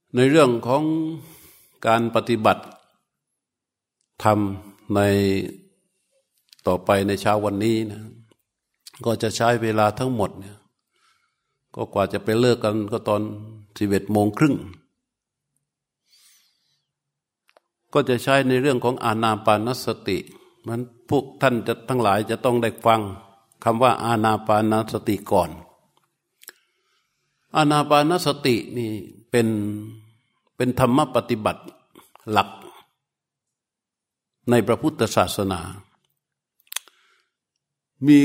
ในเรื่องของการปฏิบัติธรรมในต่อไปในเช้าวันนี้นะก็จะใช้เวลาทั้งหมดเนี่ยก็กว่าจะไปเลิกกันก็ตอน11:30ก็จะใช้ในเรื่องของอานาปานสติมันพวกท่านจะทั้งหลายจะต้องได้ฟังคำว่าอานาปานสติก่อนอานาปานสตินี่เป็นธรรมปฏิบัติหลักในพระพุทธศาสนามี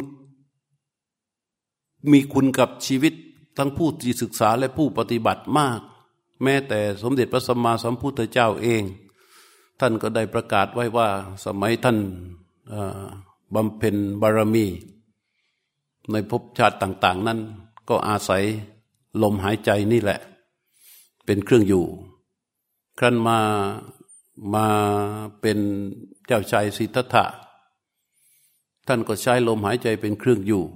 คุณกับชีวิตทั้งผู้ที่ศึกษาและผู้ปฏิบัติมากแม้แต่สมเด็จพระสัมมาสัมพุทธเจ้าเองท่านก็ได้ประกาศไว้ว่าสมัยท่านบำเพ็ญบารมีในภพชาติต่างๆนั้นก็อาศัยลมหายใจนี่แหละเป็นเครื่องอยู่ครั้นมาเป็นเจ้าชายสิทธัตถะท่านก็ใช้ลมหายใจเป็นเครื่องอยู่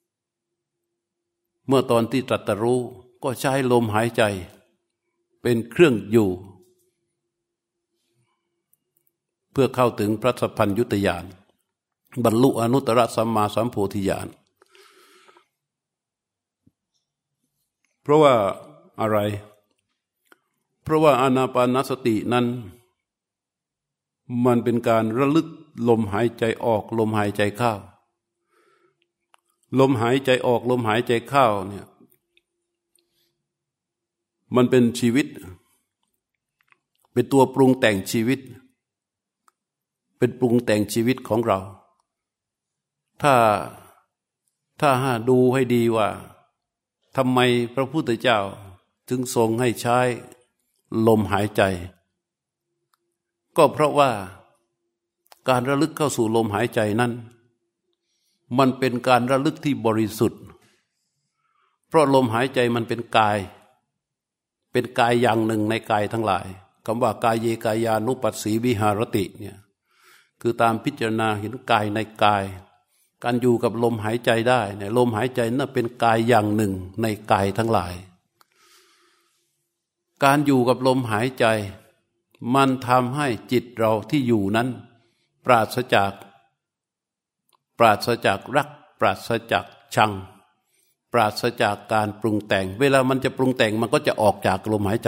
เมื่อตอนที่ตรัสรู้ก็ใช้ลมหายใจเป็นเครื่องอยู่เพื่อเข้าถึงพระสัพพัญญุตญาณบรรลุอนุตตรสัมมาสัมโพธิญาณเพราะว่าอะไรเพราะว่าอานาปานสตินั้นมันเป็นการระลึกลมหายใจออกลมหายใจเข้าลมหายใจออกลมหายใจเข้าเนี่ยมันเป็นชีวิตเป็นตัวปรุงแต่งชีวิตเป็นปรุงแต่งชีวิตของเราถ้าดูให้ดีว่าทำไมพระพุทธเจ้าถึงทรงให้ใช้ลมหายใจก็เพราะว่าการระลึกเข้าสู่ลมหายใจนั้นมันเป็นการระลึกที่บริสุทธิ์เพราะลมหายใจมันเป็นกายอย่างหนึ่งในกายทั้งหลายคำว่ากายเยกายานุปัสสีวิหารติเนี่ยคือตามพิจารณาเห็นกายในกายการอยู่กับลมหายใจได้เนี่ยลมหายใจนั่นเป็นกายอย่างหนึ่งในกายทั้งหลายการอยู่กับลมหายใจมันทำให้จิตเราที่อยู่นั้นปราศจากรักปราศจากชังปราศจากการปรุงแต่งเวลามันจะปรุงแต่งมันก็จะออกจากลมหายใจ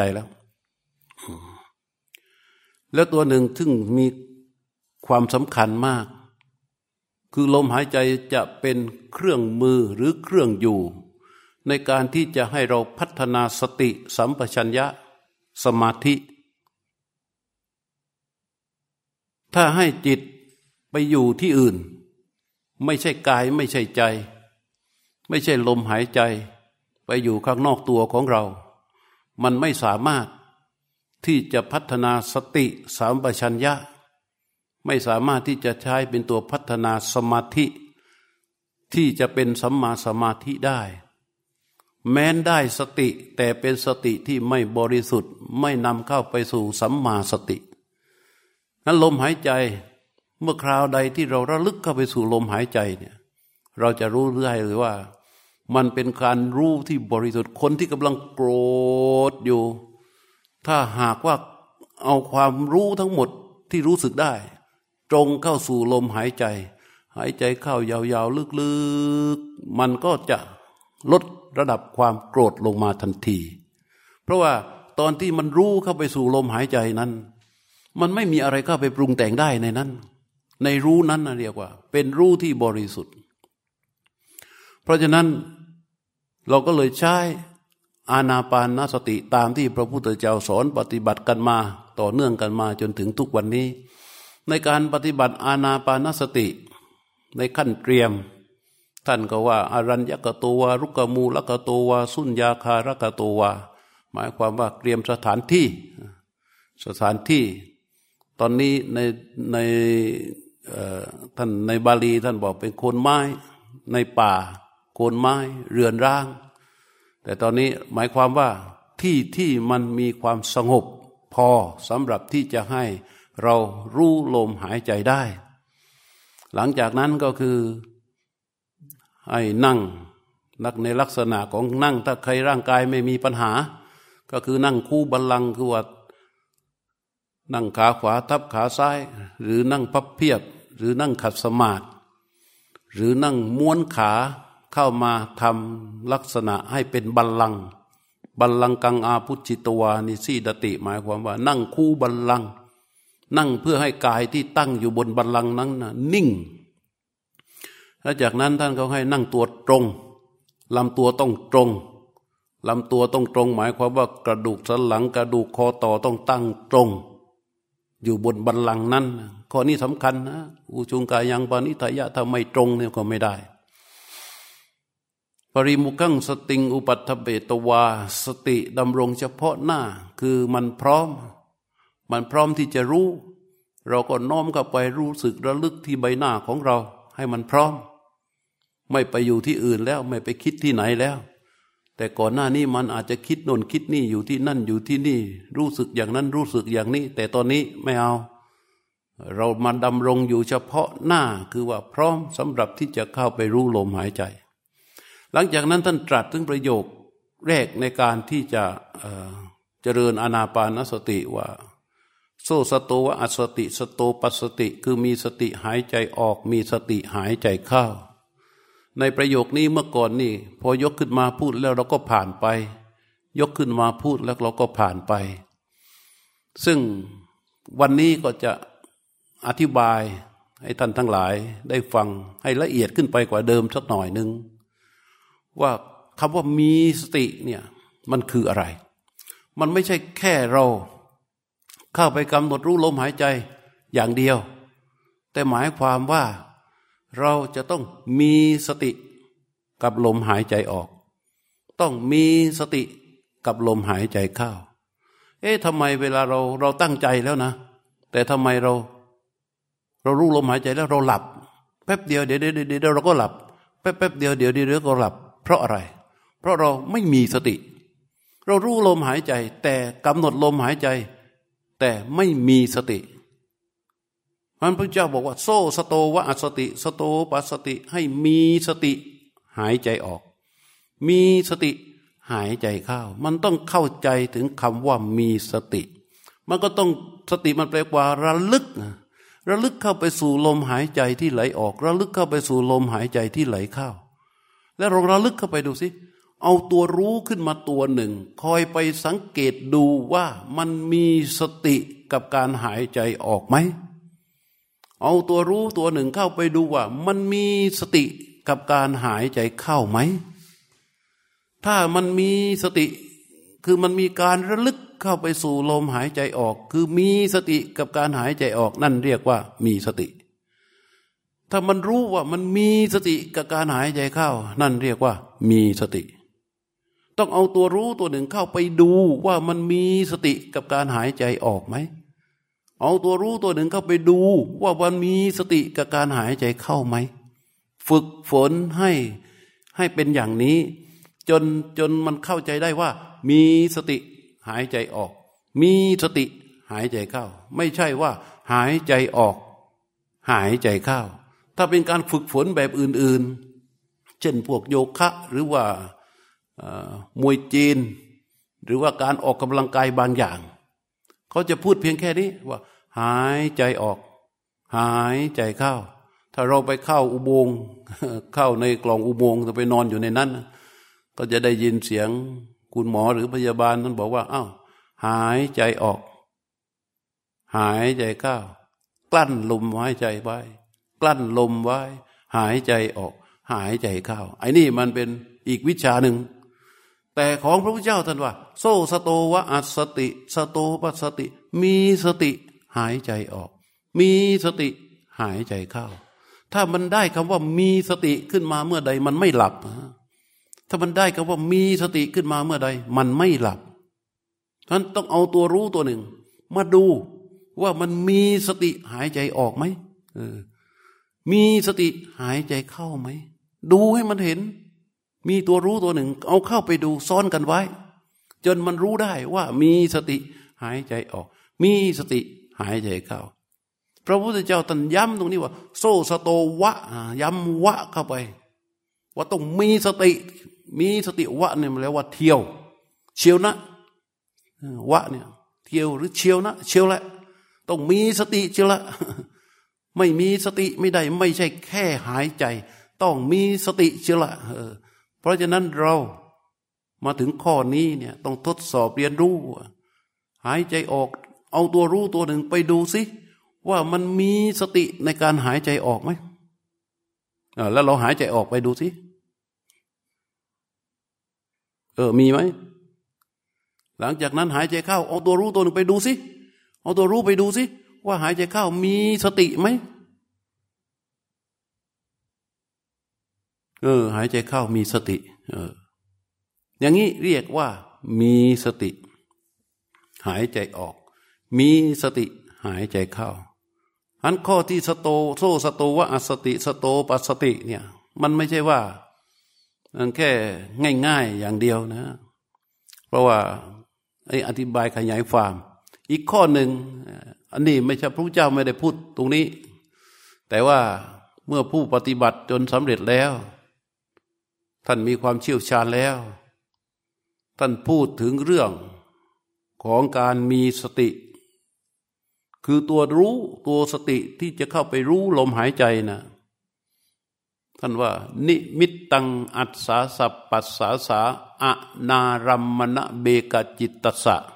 แล้วตัวหนึ่งซึ่งมีความสำคัญมากคือลมหายใจจะเป็นเครื่องมือหรือเครื่องอยู่ในการที่จะให้เราพัฒนาสติสัมปชัญญะสมาธิถ้าให้จิตไปอยู่ที่อื่นไม่ใช่กายไม่ใช่ใจไม่ใช่ลมหายใจไปอยู่ข้างนอกตัวของเรามันไม่สามารถที่จะพัฒนาสติสัมปชัญญะไม่สามารถที่จะใช้เป็นตัวพัฒนาสมาธิที่จะเป็นสัมมาสมาธิได้แม้นได้สติแต่เป็นสติที่ไม่บริสุทธิ์ไม่นำเข้าไปสู่สัมมาสตินั้นลมหายใจเมื่อคราวใดที่เราระลึกเข้าไปสู่ลมหายใจเนี่ยเราจะรู้ได้เลยว่ามันเป็นการรู้ที่บริสุทธิ์คนที่กำลังโกรธอยู่ถ้าหากว่าเอาความรู้ทั้งหมดที่รู้สึกได้ตรงเข้าสู่ลมหายใจหายใจเข้ายาวๆลึกๆมันก็จะลดระดับความโกรธลงมาทันทีเพราะว่าตอนที่มันรู้เข้าไปสู่ลมหายใจนั้นมันไม่มีอะไรเข้าไปปรุงแต่งได้ในนั้นในรู้นั้นเรียกว่าเป็นรู้ที่บริสุทธิ์เพราะฉะนั้นเราก็เลยใช้อานาปานสติตามที่พระพุทธเจ้าสอนปฏิบัติกันมาต่อเนื่องกันมาจนถึงทุกวันนี้ในการปฏิบัติอานาปานสติในขั้นเตรียมท่านก็ว่าอารัญญกโตวารุกมูลกโตวาสุญญาคารกโตวาหมายความว่าเตรียมสถานที่ตอนนี้ในท่านในบาลีท่านบอกเป็นโคนไม้ในป่าโคนไม้เรือนร้างแต่ตอนนี้หมายความว่าที่มันมีความสงบพอสำหรับที่จะให้เรารู้ลมหายใจได้หลังจากนั้นก็คือให้นั่งในลักษณะของนั่งถ้าใครร่างกายไม่มีปัญหาก็คือนั่งคู่บัลลังก์คือว่านั่งขาขวาทับขาซ้ายหรือนั่งพับเพียบหรือนั่งขัดสมาธิหรือนั่งม้วนขาเข้ามาทำลักษณะให้เป็นบัลลังก์บัลลังกังอาพุจิตวานิสีดติหมายความว่านั่งคู่บัลลังก์นั่งเพื่อให้กายที่ตั้งอยู่บนบัลลังก์นั้นนะนิ่งแล้วจากนั้นท่านก็ให้นั่งตัวตรงลำตัวต้องตรงลำตัวต้องตรงหมายความว่ากระดูกสันหลังกระดูกคอต่อต้องตั้งตรงอยู่บนบัลลังก์นั้นข้อนี้สำคัญนะอุจุงกายังปานิทายะถ้าไม่ตรงเนี่ยก็ไม่ได้ปริมุขังสติงอุปัฏฐเบตวาสติดำรงเฉพาะหน้าคือมันพร้อมที่จะรู้เราก็น้อมเข้าไปรู้สึกระลึกที่ใบหน้าของเราให้มันพร้อมไม่ไปอยู่ที่อื่นแล้วไม่ไปคิดที่ไหนแล้วแต่ก่อนหน้านี้มันอาจจะคิดโน่นคิดนี่อยู่ที่นั่นอยู่ที่นี่รู้สึกอย่างนั้นรู้สึกอย่างนี้แต่ตอนนี้ไม่เอาเรามาดำรงอยู่เฉพาะหน้าคือว่าพร้อมสำหรับที่จะเข้าไปรู้ลมหายใจหลังจากนั้นท่านตรัสถึงประโยคแรกในการที่จะเจริญอานาปานสติว่าโซสโตวะอัสสติสโตปัสสติคือมีสติหายใจออกมีสติหายใจเข้าในประโยคนี้เมื่อก่อนนี่พอยกขึ้นมาพูดแล้วเราก็ผ่านไปยกขึ้นมาพูดแล้วเราก็ผ่านไปซึ่งวันนี้ก็จะอธิบายให้ท่านทั้งหลายได้ฟังให้ละเอียดขึ้นไปกว่าเดิมสักหน่อยนึงว่าคำว่ามีสติเนี่ยมันคืออะไรมันไม่ใช่แค่เราเข้าไปกำหนดรู้ลมหายใจอย่างเดียวแต่หมายความว่าเราจะต้องมีสติกับลมหายใจออกต้องมีสติกับลมหายใจเข้าทำไมเวลาเราตั้งใจแล้วนะแต่ทำไมเรารู้ลมหายใจแล้วเราหลับแป๊บเดียวเดี๋ยวเราก็หลับแป๊บเดียวเดี๋ยวก็หลับเพราะอะไรเพราะเราไม่มีสติเรารู้ลมหายใจแต่กำหนดลมหายใจแต่ไม่มีสติพระพุทธเจ้าบอกว่าโซสโตวะอัสสติสโตปัสสติให้มีสติหายใจออกมีสติหายใจเข้ามันต้องเข้าใจถึงคำว่ามีสติมันก็ต้องสติมันแปลว่าระลึกเข้าไปสู่ลมหายใจที่ไหลออกระลึกเข้าไปสู่ลมหายใจที่ไหลเข้าแล้วเราระลึกเข้าไปดูสิเอาตัวรู้ขึ้นมาตัวหนึ่งคอยไปสังเกตดูว่ามันมีสติกับการหายใจออกไหมเอาตัวรู้ตัวหนึ่งเข้าไปดูว่ามันมีสติกับการหายใจเข้าไหมถ้ามันมีสติคือมันมีการระลึกเข้าไปสู่ลมหายใจออกคือมีสติกับการหายใจออกนั่นเรียกว่ามีสติถ้ามันรู้ว่ามันมีสติกับการหายใจเข้านั่นเรียกว่ามีสติต้องเอาตัวรู้ตัวหนึ่งเข้าไปดูว่ามันมีสติกับการหายใจออกไหมเอาตัวรู้ตัวหนึ่งเข้าไปดูว่ามันมีสติกับการหายใจเข้าไหมฝึกฝนให้เป็นอย่างนี้จนมันเข้าใจได้ว่ามีสติหายใจออกมีสติหายใจเข้าไม่ใช่ว่าหายใจออกหายใจเข้าถ้าเป็นการฝึกฝนแบบอื่นๆเช่นพวกโยคะหรือว่ามวยจีนหรือว่าการออกกำลังกายบางอย่างเขาจะพูดเพียงแค่นี้ว่าหายใจออกหายใจเข้าถ้าเราไปเข้าอุโมงค์เข้าในกล่องอุโมงค์จะไปนอนอยู่ในนั้นก็จะได้ยินเสียงคุณหมอหรือพยาบาลนั้นบอกว่าอ้าวหายใจออกหายใจเข้ากลั้นลมหายใจไว้กลั้นลมไว้หายใจออกหายใจเข้าไอ้นี่มันเป็นอีกวิชาหนึ่งแต่ของพระพุทธเจ้าท่านว่าโซสโตวะอัสสติสโตปัสสติมีสติหายใจออกมีสติหายใจเข้าถ้ามันได้คำว่ามีสติขึ้นมาเมื่อใดมันไม่หลับถ้ามันได้คำว่ามีสติขึ้นมาเมื่อใดมันไม่หลับท่านต้องเอาตัวรู้ตัวหนึ่งมาดูว่ามันมีสติหายใจออกไหมมีสติหายใจเข้าไหมดูให้มันเห็นมีตัวรู้ตัวหนึ่งเอาเข้าไปดูซ้อนกันไว้จนมันรู้ได้ว่ามีสติหายใจออกมีสติหายใจเข้าพระพุทธเจ้าตรัสย้ำตรงนี้ว่าโซสโตวะย้ำวะเข้าไปว่าต้องมีสติวะเนี่ยมันแล้วว่าเที่ยวเชียวนะวะเนี่ยเที่ยวหรือเชียวนะเชียวละต้องมีสติเชียวละไม่มีสติไม่ได้ไม่ใช่แค่หายใจต้องมีสติเชียวละเพราะฉะนั้นเรามาถึงข้อนี้เนี่ยต้องทดสอบเรียนรู้หายใจออกเอาตัวรู้ตัวหนึ่งไปดูสิว่ามันมีสติในการหายใจออกไหมแล้วเราหายใจออกไปดูสิมีไหมหลังจากนั้นหายใจเข้าเอาตัวรู้ตัวหนึ่งไปดูสิเอาตัวรู้ไปดูสิว่าหายใจเข้ามีสติไหมหายใจเข้ามีสติอย่างนี้เรียกว่ามีสติหายใจออกมีสติหายใจเข้าอันข้อที่สโตวะอสติสโตปัสสติเนี่ยมันไม่ใช่ว่ามันแค่ง่ายๆอย่างเดียวนะเพราะว่าอธิบายขยายความอีกข้อหนึ่งอันนี้ไม่ใช่พระเจ้าไม่ได้พูดตรงนี้แต่ว่าเมื่อผู้ปฏิบัติจนสำเร็จแล้วท่านมีความเชี่ยวชาญแล้วท่านพูดถึงเรื่องของการมีสติคือตัวรู้ตัวสติที่จะเข้าไปรู้ลมหายใจนะท่านว่านิมิตตังอัสสาสัพปัสสาสาอนารัมมณเบกจิตตัสสะ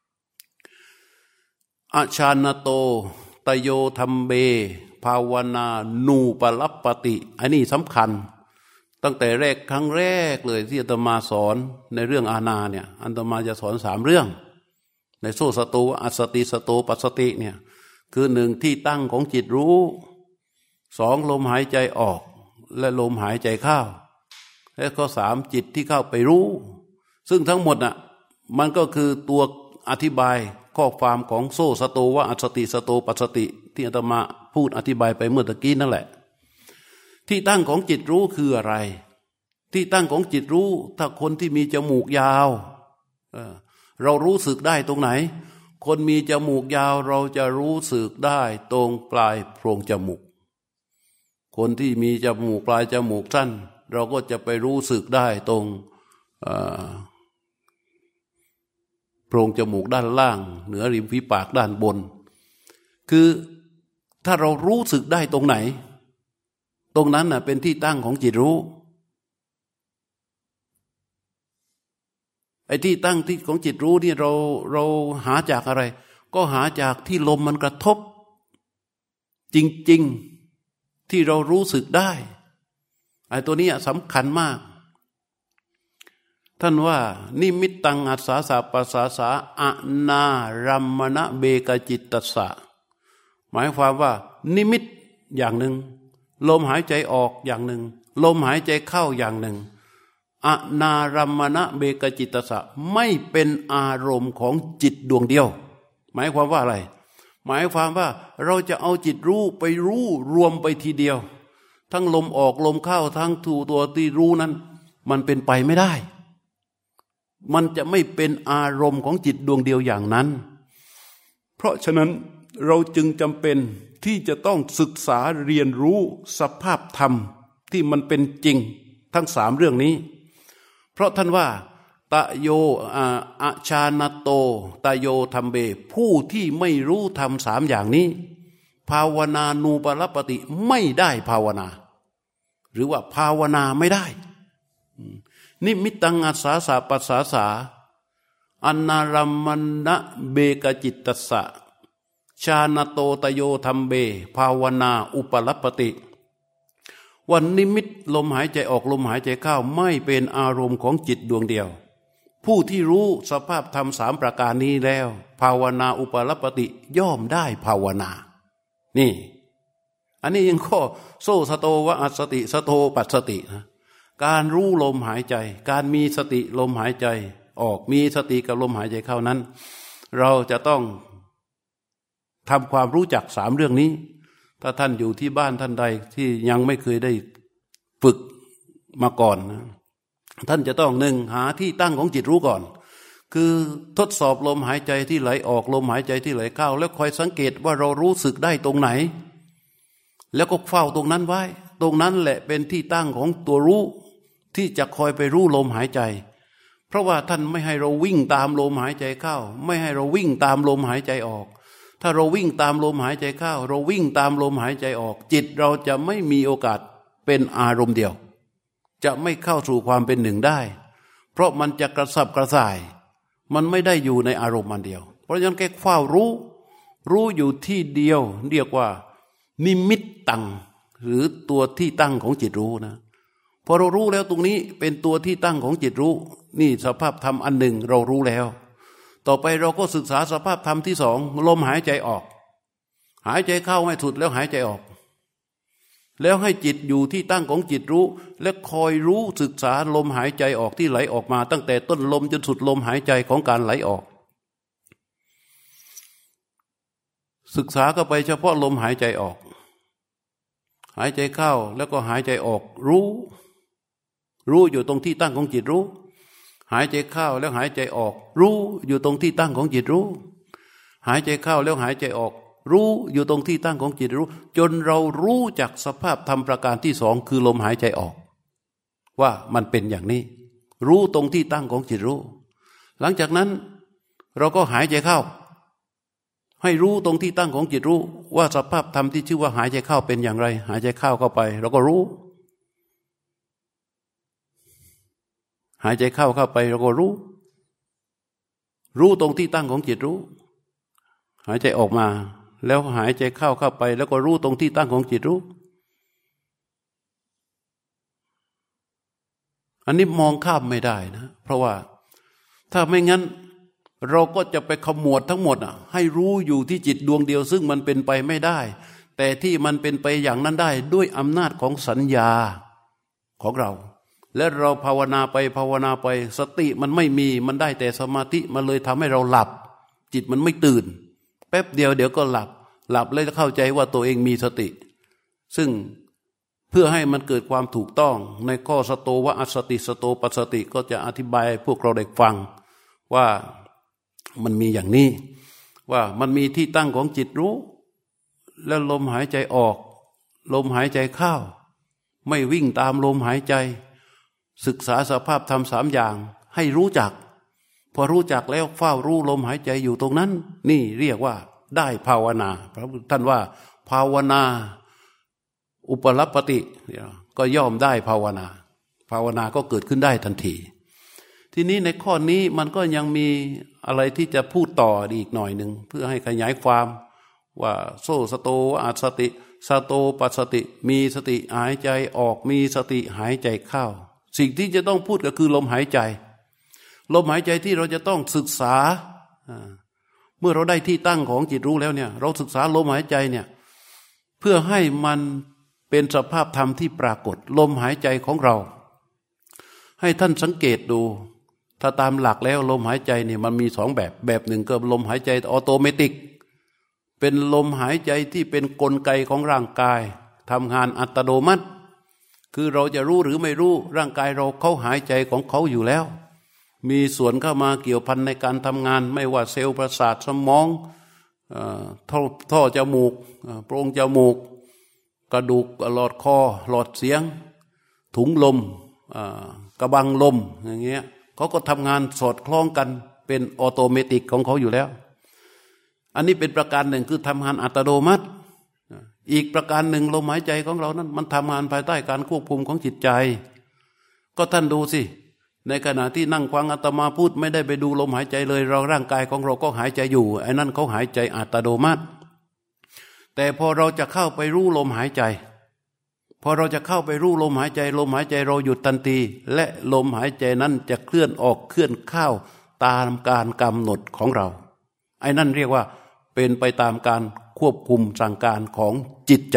อชานโตตโยธัมเบภาวนานูปลัปปติอันนี้สำคัญตั้งแต่ครั้งแรกเลยที่อาตมาสอนในเรื่องอานาเนี่ยอาตมาจะสอน3เรื่องในโซสโตอัสสติสโตปัสสติเนี่ยคือ1ที่ตั้งของจิตรู้2ลมหายใจออกและลมหายใจเข้าและข้อ3จิตที่เข้าไปรู้ซึ่งทั้งหมดน่ะมันก็คือตัวอธิบายข้อความของโซสโตวะอัสสติสโตปัสสติที่อาตมาพูดอธิบายไปเมื่อตะกี้นั่นแหละที่ตั้งของจิตรู้คืออะไรที่ตั้งของจิตรู้ถ้าคนที่มีจมูกยาวเรารู้สึกได้ตรงไหนคนมีจมูกยาวเราจะรู้สึกได้ตรงปลายโพรงจมูกคนที่มีจมูกปลายจมูกสั้นเราก็จะไปรู้สึกได้ตรงโพรงจมูกด้านล่างเหนือริมฝีปากด้านบนคือถ้าเรารู้สึกได้ตรงไหนตรงนั้นน่ะเป็นที่ตั้งของจิตรู้ไอ้ที่ตั้งที่ของจิตรู้นี่เราหาจากอะไรก็หาจากที่ลมมันกระทบจริงๆที่เรารู้สึกได้ไอ้ตัวนี้สำคัญมากท่านว่านิมิตตังอัสสาสะปัสสาสาอนารัมมณเบกจิตตัสสะหมายความว่านิมิตอย่างหนึ่งลมหายใจออกอย่างหนึ่งลมหายใจเข้าอย่างหนึ่งอนารัมมณเบกจิตตัสสะไม่เป็นอารมณ์ของจิตดวงเดียวหมายความว่าอะไรหมายความว่าเราจะเอาจิตรู้ไปรู้รวมไปทีเดียวทั้งลมออกลมเข้าทั้งตัวที่รู้นั้นมันเป็นไปไม่ได้มันจะไม่เป็นอารมณ์ของจิตดวงเดียวอย่างนั้นเพราะฉะนั้นเราจึงจำเป็นที่จะต้องศึกษาเรียนรู้สภาพธรรมที่มันเป็นจริงทั้ง3เรื่องนี้เพราะท่านว่าตโยอชานโตตโยธัมเบผู้ที่ไม่รู้ธรรม3อย่างนี้ภาวนานูปลัปปติไม่ได้ภาวนาหรือว่าภาวนาไม่ได้นิมิตตังอัสสาสะปัสสาสาอนารัมมณเบกจิตตัสสะชานโตตโยธัมเบภาวนาอุปลัปปติวันนิมิตลมหายใจออกลมหายใจเข้าไม่เป็นอารมณ์ของจิตดวงเดียวผู้ที่รู้สภาพธรรม3ประการนี้แล้วภาวนาอุปลัปปติย่อมได้ภาวนานี่อันนี้ยังข้อโซสโตวะอัสสติสโตปัสสตินะการรู้ลมหายใจการมีสติลมหายใจออกมีสติกับลมหายใจเข้านั้นเราจะต้องทำความรู้จัก3เรื่องนี้ถ้าท่านอยู่ที่บ้านท่านใดที่ยังไม่เคยได้ฝึกมาก่อนนะท่านจะต้อง1หาที่ตั้งของจิตรู้ก่อนคือทดสอบลมหายใจที่ไหลออกลมหายใจที่ไหลเข้าแล้วคอยสังเกตว่าเรารู้สึกได้ตรงไหนแล้วก็เฝ้าตรงนั้นไว้ตรงนั้นแหละเป็นที่ตั้งของตัวรู้ที่จะคอยไปรู้ลมหายใจเพราะว่าท่านไม่ให้เราวิ่งตามลมหายใจเข้าไม่ให้เราวิ่งตามลมหายใจออกถ้าเราวิ่งตามลมหายใจเข้าเราวิ่งตามลมหายใจออกจิตเราจะไม่มีโอกาสเป็นอารมณ์เดียวจะไม่เข้าสู่ความเป็นหนึ่งได้เพราะมันจะกระสับกระส่ายมันไม่ได้อยู่ในอารมณ์มันเดียวเพราะฉะนั้นแค่เฝ้ารู้อยู่ที่เดียวเรียกว่านิมิตตังหรือตัวที่ตั้งของจิตรู้นะพอเรารู้แล้วตรงนี้เป็นตัวที่ตั้งของจิตรู้นี่สภาพธรรมอันหนึ่งเรารู้แล้วต่อไปเราก็ศึกษาสภาพธรรมที่สองลมหายใจออกหายใจเข้าให้สุดแล้วหายใจออกแล้วให้จิตอยู่ที่ตั้งของจิตรู้และคอยรู้ศึกษาลมหายใจออกที่ไหลออกมาตั้งแต่ต้นลมจนสุดลมหายใจของการไหลออกศึกษาก็ไปเฉพาะลมหายใจออกหายใจเข้าแล้วก็หายใจออกรู้อยู่ตรงที่ตั้งของจิตรู้หายใจเข้าแล้วหายใจออกรู้อยู่ตรงที่ตั้งของจิตรู้หายใจเข้าแล้วหายใจออกรู้อยู่ตรงที่ตั้งของจิตรู้จนเรารู้จักสภาพธรรมประการที่สองคือลมหายใจออกว่ามันเป็นอย่างนี้รู้ตรงที่ตั้งของจิตรู้หลังจากนั้นเราก็หายใจเข้าให้รู้ตรงที่ตั้งของจิตรู้ว่าสภาพธรรมที่ชื่อว่าหายใจเข้าเป็นอย่างไรหายใจเข้าไปเราก็รู้หายใจเข้าไปเราก็รู้ตรงที่ตั้งของจิตรู้หายใจออกมาแล้วหายใจเข้าไปแล้วก็รู้ตรงที่ตั้งของจิตรู้อันนี้มองข้ามไม่ได้นะเพราะว่าถ้าไม่งั้นเราก็จะไปขมวดทั้งหมดให้รู้อยู่ที่จิตดวงเดียวซึ่งมันเป็นไปไม่ได้แต่ที่มันเป็นไปอย่างนั้นได้ด้วยอำนาจของสัญญาของเราและเราภาวนาไปสติมันไม่มีมันได้แต่สมาธิมันเลยทำให้เราหลับจิตมันไม่ตื่นแป๊บเดียวเดี๋ยวก็หลับแล้วเข้าใจว่าตัวเองมีสติซึ่งเพื่อให้มันเกิดความถูกต้องในข้อสโตวะอสติสโตปัสสติก็จะอธิบายพวกเราได้ฟังว่ามันมีอย่างนี้ว่ามันมีที่ตั้งของจิตรู้แล้วลมหายใจออกลมหายใจเข้าไม่วิ่งตามลมหายใจศึกษาสภาพธรรมสามอย่างให้รู้จักพอรู้จักแล้วเฝ้ารู้ลมหายใจอยู่ตรงนั้นนี่เรียกว่าได้ภาวนาพระพุทธท่านว่าภาวนาอุปลัปปติก็ย่อมได้ภาวนาก็เกิดขึ้นได้ทันทีทีนี้ในข้อนี้มันก็ยังมีอะไรที่จะพูดต่ออีกหน่อยหนึ่งเพื่อให้ขยายความว่าโซสโตอาสติสโตปัสสติมีสติหายใจออกมีสติหายใจเข้าสิ่งที่จะต้องพูดก็คือลมหายใจที่เราจะต้องศึกษาเมื่อเราได้ที่ตั้งของจิตรู้แล้วเนี่ยเราศึกษาลมหายใจเนี่ยเพื่อให้มันเป็นสภาพธรรมที่ปรากฏลมหายใจของเราให้ท่านสังเกตดูถ้าตามหลักแล้วลมหายใจเนี่ยมันมีสองแบบหนึ่งก็ลมหายใจออโตเมติกเป็นลมหายใจที่เป็นกลไกของร่างกายทำงานอัตโนมัติคือเราจะรู้หรือไม่รู้ร่างกายเราเขาหายใจของเขาอยู่แล้วมีส่วนเข้ามาเกี่ยวพันในการทำงานไม่ว่าเซลล์ประสาทสมองท่อจมูกโพรงจมูกกระดูกหลอดคอหลอดเสียงถุงลมกระบังลมอย่างเงี้ยเขาก็ทำงานสอดคล้องกันเป็นออโตเมติกของเขาอยู่แล้วอันนี้เป็นประการหนึ่งคือทำงานอัตโนมัติอีกประการหนึ่งลมหายใจของเรานั้นมันทำงานภายใต้การควบคุมของจิตใจก็ท่านดูสิในขณะที่นั่งฟังอาตมาพูดไม่ได้ไปดูลมหายใจเลยเราร่างกายของเราก็หายใจอยู่ไอ้นั่นเขาหายใจอัตโนมัติแต่พอเราจะเข้าไปรู้ลมหายใจพอเราจะเข้าไปรู้ลมหายใจเราหยุดทันทีและลมหายใจนั้นจะเคลื่อนออกเคลื่อนเข้าตามการกำหนดของเราไอ้นั่นเรียกว่าเป็นไปตามการควบคุมสั่งการของจิตใจ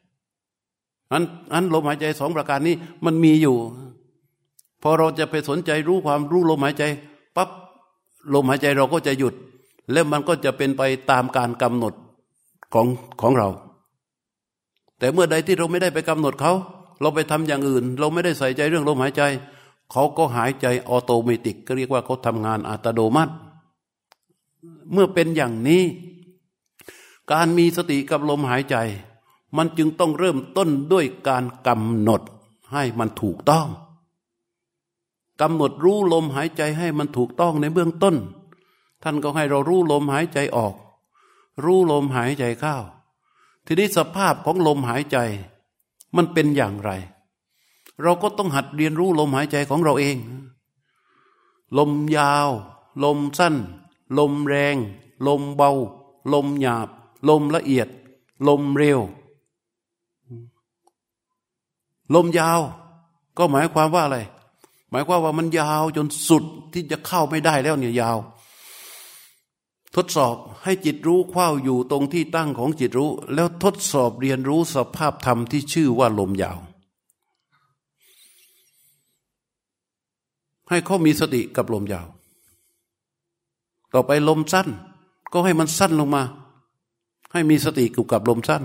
นั้นลมหายใจสองประการนี้มันมีอยู่พอเราจะไปสนใจรู้ความรู้ลมหายใจปั๊บลมหายใจเราก็จะหยุดแล้วมันก็จะเป็นไปตามการกำหนดของเราแต่เมื่อใดที่เราไม่ได้ไปกำหนดเขาเราไปทำอย่างอื่นเราไม่ได้ใส่ใจเรื่องลมหายใจเขาก็หายใจออโตเมติกก็เรียกว่าเขาทำงานอัตโนมัติเมื่อเป็นอย่างนี้การมีสติกับลมหายใจมันจึงต้องเริ่มต้นด้วยการกำหนดให้มันถูกต้องกำหนดรู้ลมหายใจให้มันถูกต้องในเบื้องต้นท่านก็ให้เรารู้ลมหายใจออกรู้ลมหายใจเข้าทีนี้สภาพของลมหายใจมันเป็นอย่างไรเราก็ต้องหัดเรียนรู้ลมหายใจของเราเองลมยาวลมสั้นลมแรงลมเบาลมหยาบลมละเอียดลมเร็วลมยาวก็หมายความว่าอะไรหมายความว่ามันยาวจนสุดที่จะเข้าไม่ได้แล้วเนี่ยยาวทดสอบให้จิตรู้เข้าอยู่ตรงที่ตั้งของจิตรู้แล้วทดสอบเรียนรู้สภาพธรรมที่ชื่อว่าลมยาวให้เขามีสติกับลมยาวต่อไปลมสั้นก็ให้มันสั้นลงมาให้มีสติกับลมสั้น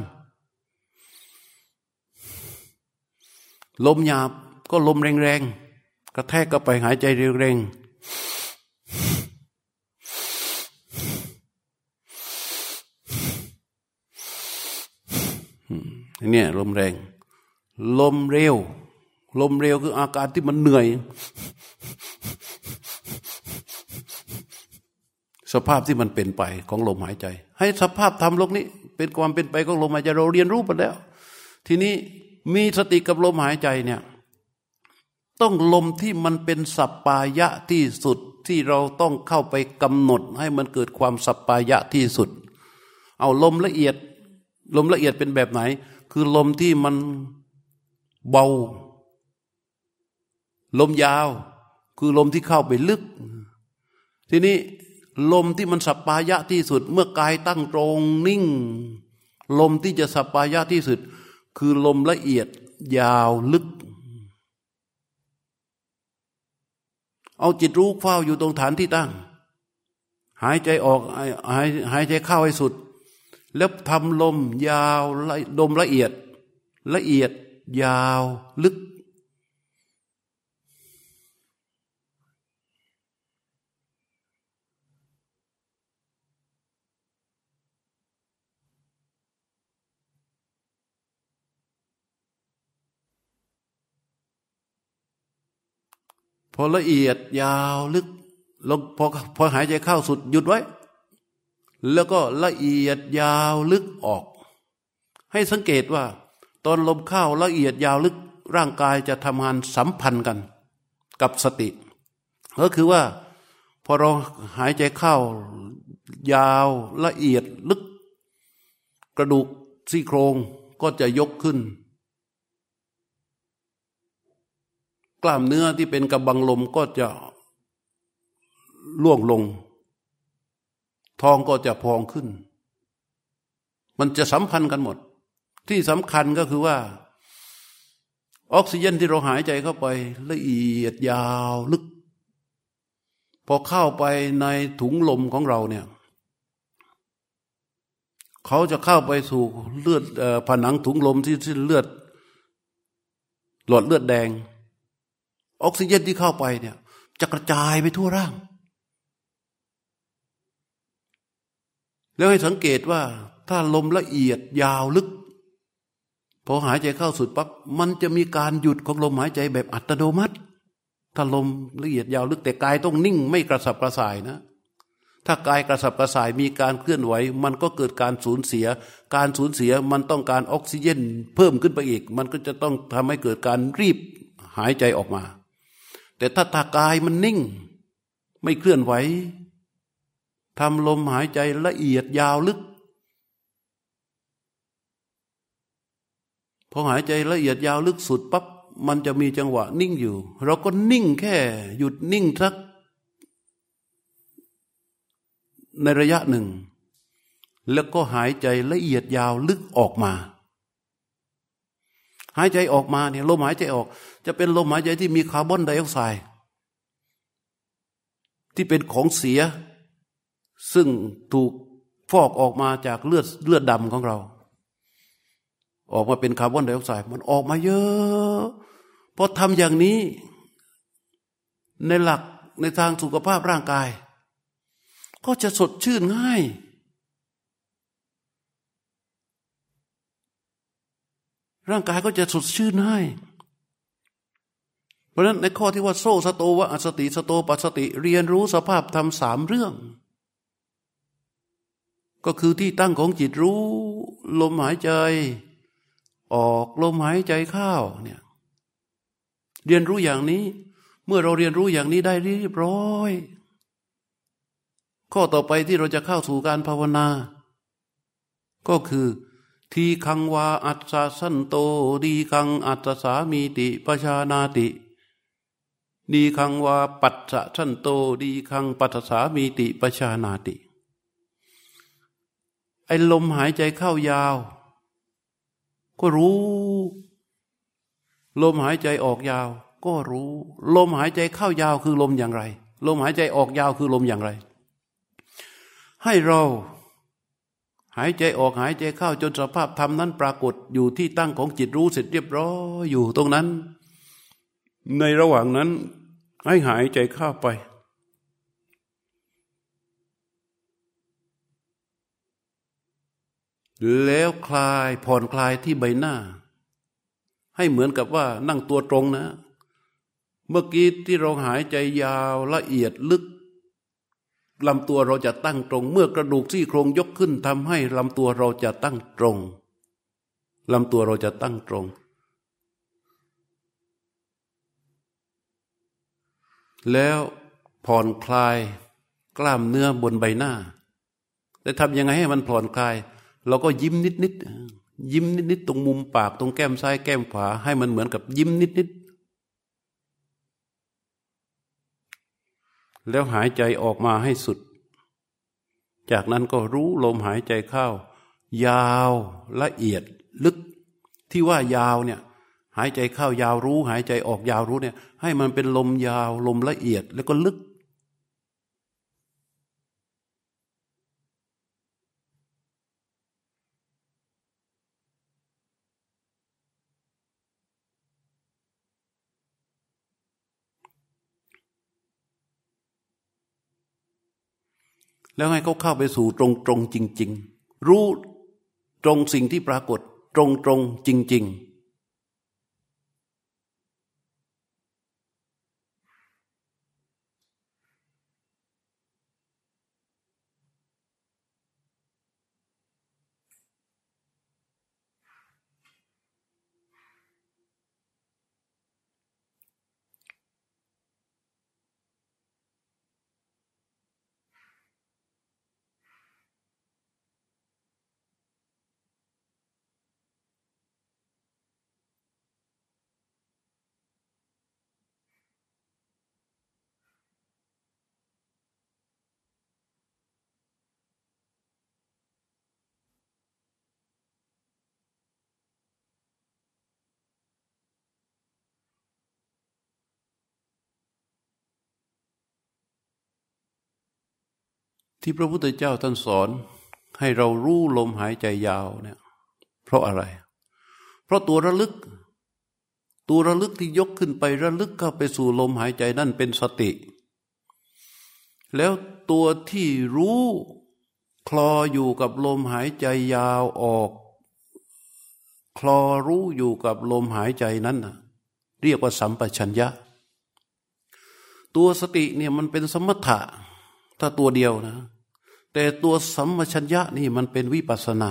ลมหยาบก็ลมแรงๆกระแทกก็ไปหายใจแรงๆเนี่ยลมแรงลมเร็วลมเร็วคืออาการที่มันเหนื่อยสภาพที่มันเป็นไปของลมหายใจให้สภาพธรรมโลกนี้เป็นความเป็นไปของลมหายใจเราเรียนรู้ไปแล้วทีนี้มีสติกับลมหายใจเนี่ยต้องลมที่มันเป็นสัปปายะที่สุดที่เราต้องเข้าไปกำหนดให้มันเกิดความสัปปายะที่สุดเอาลมละเอียดลมละเอียดเป็นแบบไหนคือลมที่มันเบาลมยาวคือลมที่เข้าไปลึกทีนี้ลมที่มันสัปปายะที่สุดเมื่อกายตั้งตรงนิ่งลมที่จะสัปปายะที่สุดคือลมละเอียดยาวลึกเอาจิตรู้เฝ้าอยู่ตรงฐานที่ตั้งหายใจออกหายใจเข้าให้สุดแล้วทำลมยาวลมละเอียดละเอียดยาวลึกพอละเอียดยาวลึกลงพอหายใจเข้าสุดหยุดไว้แล้วก็ละเอียดยาวลึกออกให้สังเกตว่าตอนลมเข้าละเอียดยาวลึกร่างกายจะทำงานสัมพันธ์กันกับสติก็คือว่าพอเราหายใจเข้ายาวละเอียดลึกกระดูกซี่โครงก็จะยกขึ้นกล้ามเนื้อที่เป็นกระบังลมก็จะล่วงลงท้องก็จะพองขึ้นมันจะสัมพันธ์กันหมดที่สำคัญก็คือว่าออกซิเจนที่เราหายใจเข้าไปละเอียดยาวลึกพอเข้าไปในถุงลมของเราเนี่ยเขาจะเข้าไปสู่เลือดผนังถุงลมที่เลือดหลอดเลือดแดงออกซิเจนที่เข้าไปเนี่ยจะกระจายไปทั่วร่างแล้วให้สังเกตว่าถ้าลมละเอียดยาวลึกพอหายใจเข้าสุดปั๊บมันจะมีการหยุดของลมหายใจแบบอัตโนมัติถ้าลมละเอียดยาวลึกแต่กายต้องนิ่งไม่กระสับกระส่ายนะถ้ากายกระสับกระส่ายมีการเคลื่อนไหวมันก็เกิดการสูญเสียการสูญเสียมันต้องการออกซิเจนเพิ่มขึ้นไปอีกมันก็จะต้องทำให้เกิดการรีบหายใจออกมาแต่ถ้ากายมันนิ่งไม่เคลื่อนไหวทำลมหายใจละเอียดยาวลึกพอหายใจละเอียดยาวลึกสุดปั๊บมันจะมีจังหวะนิ่งอยู่เราก็นิ่งแค่หยุดนิ่งสักในระยะหนึ่งแล้วก็หายใจละเอียดยาวลึกออกมาหายใจออกมาเนี่ยลมหายใจออกจะเป็นลมหายใจที่มีคาร์บอนไดออกไซด์ที่เป็นของเสียซึ่งถูกฟอกออกมาจากเลือดดำของเราออกมาเป็นคาร์บอนไดออกไซด์มันออกมาเยอะพอทำอย่างนี้ในหลักในทางสุขภาพร่างกายก็จะสดชื่นง่ายร่างกายก็จะสดชื่นง่ายเพราะฉะนั้นในข้อที่ว่าโซสโตวะอสติสโตปัสสติเรียนรู้สภาพธรรม3 เรื่องก็คือที่ตั้งของจิตรู้ลมหายใจออกลมหายใจเข้าเนี่ยเรียนรู้อย่างนี้เมื่อเราเรียนรู้อย่างนี้ได้เรียบร้อยข้อต่อไปที่เราจะเข้าสู่การภาวนาก็คือทีคังวาอัตสะสันโตดีคังอัตตสามีติปชานาติดีคังวาปัสสะสันโตดีคังปัสสามีติปชานาติไอ้ลมหายใจเข้ายาวก็รู้ลมหายใจออกยาวก็รู้ลมหายใจเข้ายาวคือลมอย่างไรลมหายใจออกยาวคือลมอย่างไรให้เราหายใจออกหายใจเข้าจนสภาพธรรมนั้นปรากฏอยู่ที่ตั้งของจิตรู้เสร็จเรียบร้อยอยู่ตรงนั้นในระหว่างนั้นให้หายใจเข้าไปแล้วคลายผ่อนคลายที่ใบหน้าให้เหมือนกับว่านั่งตัวตรงนะเมื่อกี้ที่เราหายใจยาวละเอียดลึกลำตัวเราจะตั้งตรงเมื่อกระดูกซี่โครงยกขึ้นทำให้ลำตัวเราจะตั้งตรงลำตัวเราจะตั้งตรงแล้วผ่อนคลายกล้ามเนื้อบนใบหน้าแต่ทำยังไงให้มันผ่อนคลายเราก็ยิ้มนิดๆยิ้มนิดๆตรงมุมปากตรงแก้มซ้ายแก้มขวาให้มันเหมือนกับยิ้มนิดๆแล้วหายใจออกมาให้สุดจากนั้นก็รู้ลมหายใจเข้ายาวละเอียดลึกที่ว่ายาวเนี่ยหายใจเข้ายาวรู้หายใจออกยาวรู้เนี่ยให้มันเป็นลมยาวลมละเอียดแล้วก็ลึกแล้วให้เขาเข้าไปสู่ตรงๆจริงๆรู้ตรงสิ่งที่ปรากฏตรงๆจริงๆที่พระพุทธเจ้าท่านสอนให้เรารู้ลมหายใจยาวเนี่ยเพราะอะไรเพราะตัวระลึกที่ยกขึ้นไประลึกเข้าไปสู่ลมหายใจนั่นเป็นสติแล้วตัวที่รู้คลออยู่กับลมหายใจยาวออกคลอรู้อยู่กับลมหายใจนั้นนะเรียกว่าสัมปชัญญะตัวสติเนี่ยมันเป็นสมถะถ้าตัวเดียวนะแต่ตัวสัมปชัญญะนี่มันเป็นวิปัสสนา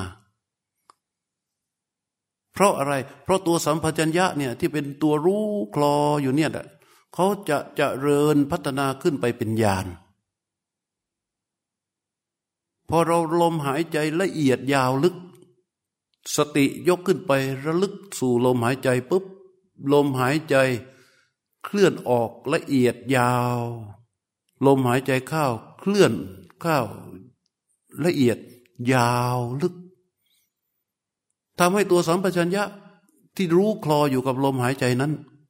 เพราะอะไรเพราะตัวสัมปชัญญะเนี่ยที่เป็นตัวรู้คลออยู่เนี่ยเขาจะเจริญพัฒนาขึ้นไปเป็นญาณพอเราลมหายใจละเอียดยาวลึกสติยกขึ้นไประลึกสู่ลมหายใจปุ๊บลมหายใจเคลื่อนออกละเอียดยาวลมหายใจเข้าเคลื่อนเข้าละเอียดยาวลึกทำให้ตัวสัมปชัญญะที่รู้คลออยู่กับลมหายใจนั้น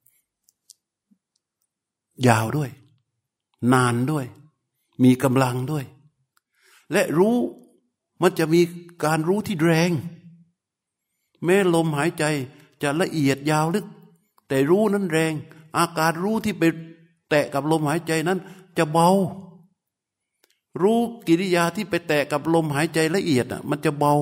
ยาวด้วยนานด้วยมีกำลังด้วยและรู้มันจะมีการรู้ที่แรงแม้ลมหายใจจะละเอียดยาวลึกแต่รู้นั้นแรงอาการรู้ที่ไปแตะกับลมหายใจนั้นจะเบารู้กิริยาที่ไปแตะกับลมหายใจละเอียดมันจะเบา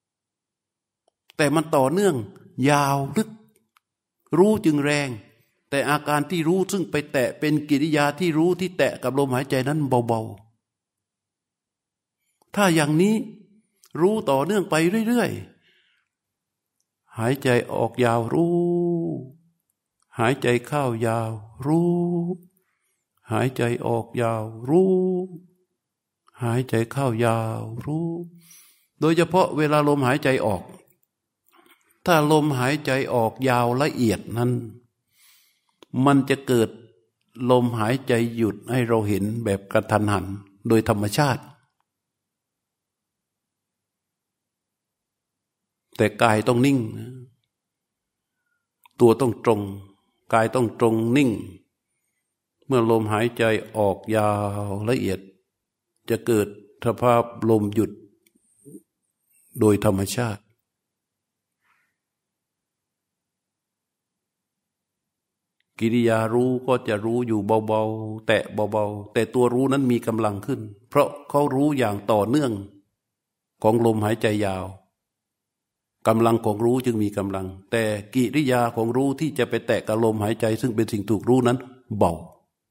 แต่มันต่อเนื่องยาวลึกรู้จึงแรงแต่อาการที่รู้ซึ่งไปแตะเป็นกิริยาที่รู้ที่แตะกับลมหายใจนั้นเบาๆถ้าอย่างนี้รู้ต่อเนื่องไปเรื่อยๆหายใจออกยาวรู้หายใจเข้ายาวรู้หายใจออกยาวรู้หายใจเข้ายาวรู้โดยเฉพาะเวลาลมหายใจออกถ้าลมหายใจออกยาวละเอียดนั้นมันจะเกิดลมหายใจหยุดให้เราเห็นแบบกระทันหันโดยธรรมชาติแต่กายต้องนิ่งตัวต้องตรงกายต้องตรงนิ่งเมื่อลมหายใจออกยาวละเอียดจะเกิดสภาพลมหยุดโดยธรรมชาติกิริยารู้ก็จะรู้อยู่เบาๆแตะเบาๆแต่ตัวรู้นั้นมีกำลังขึ้นเพราะเขารู้อย่างต่อเนื่องของลมหายใจยาวกำลังของรู้จึงมีกำลังแต่กิริยาของรู้ที่จะไปแตะกับลมหายใจซึ่งเป็นสิ่งถูกรู้นั้นเบา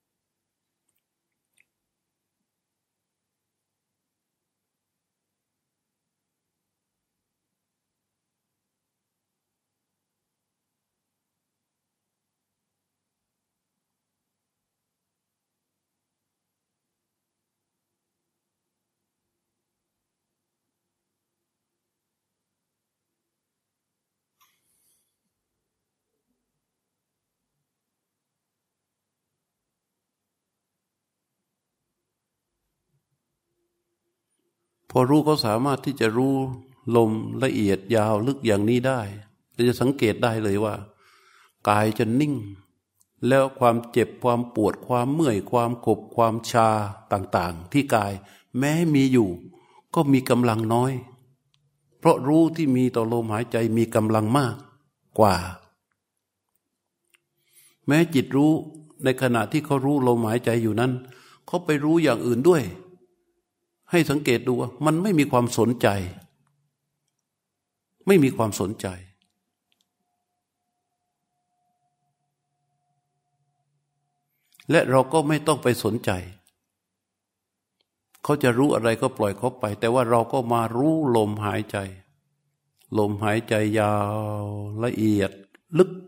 พอรู้เขาสามารถที่จะรู้ลมละเอียดยาวลึกอย่างนี้ได้จะสังเกตได้เลยว่ากายจะนิ่งแล้วความเจ็บความปวดความเมื่อยความขบความชาต่างๆที่กายแม้มีอยู่ก็มีกำลังน้อยเพราะรู้ที่มีต่อลมหายใจมีกำลังมากกว่าแม้จิตรู้ในขณะที่เขารู้ลมหายใจอยู่นั้นเขาไปรู้อย่างอื่นด้วยให้สังเกตดูว่ามันไม่มีความสนใจไม่มีความสนใจและเราก็ไม่ต้องไปสนใจเขาจะรู้อะไรก็ปล่อยเขาไปแต่ว่าเราก็มารู้ลมหายใจลมหายใจยาวละเอียดลึก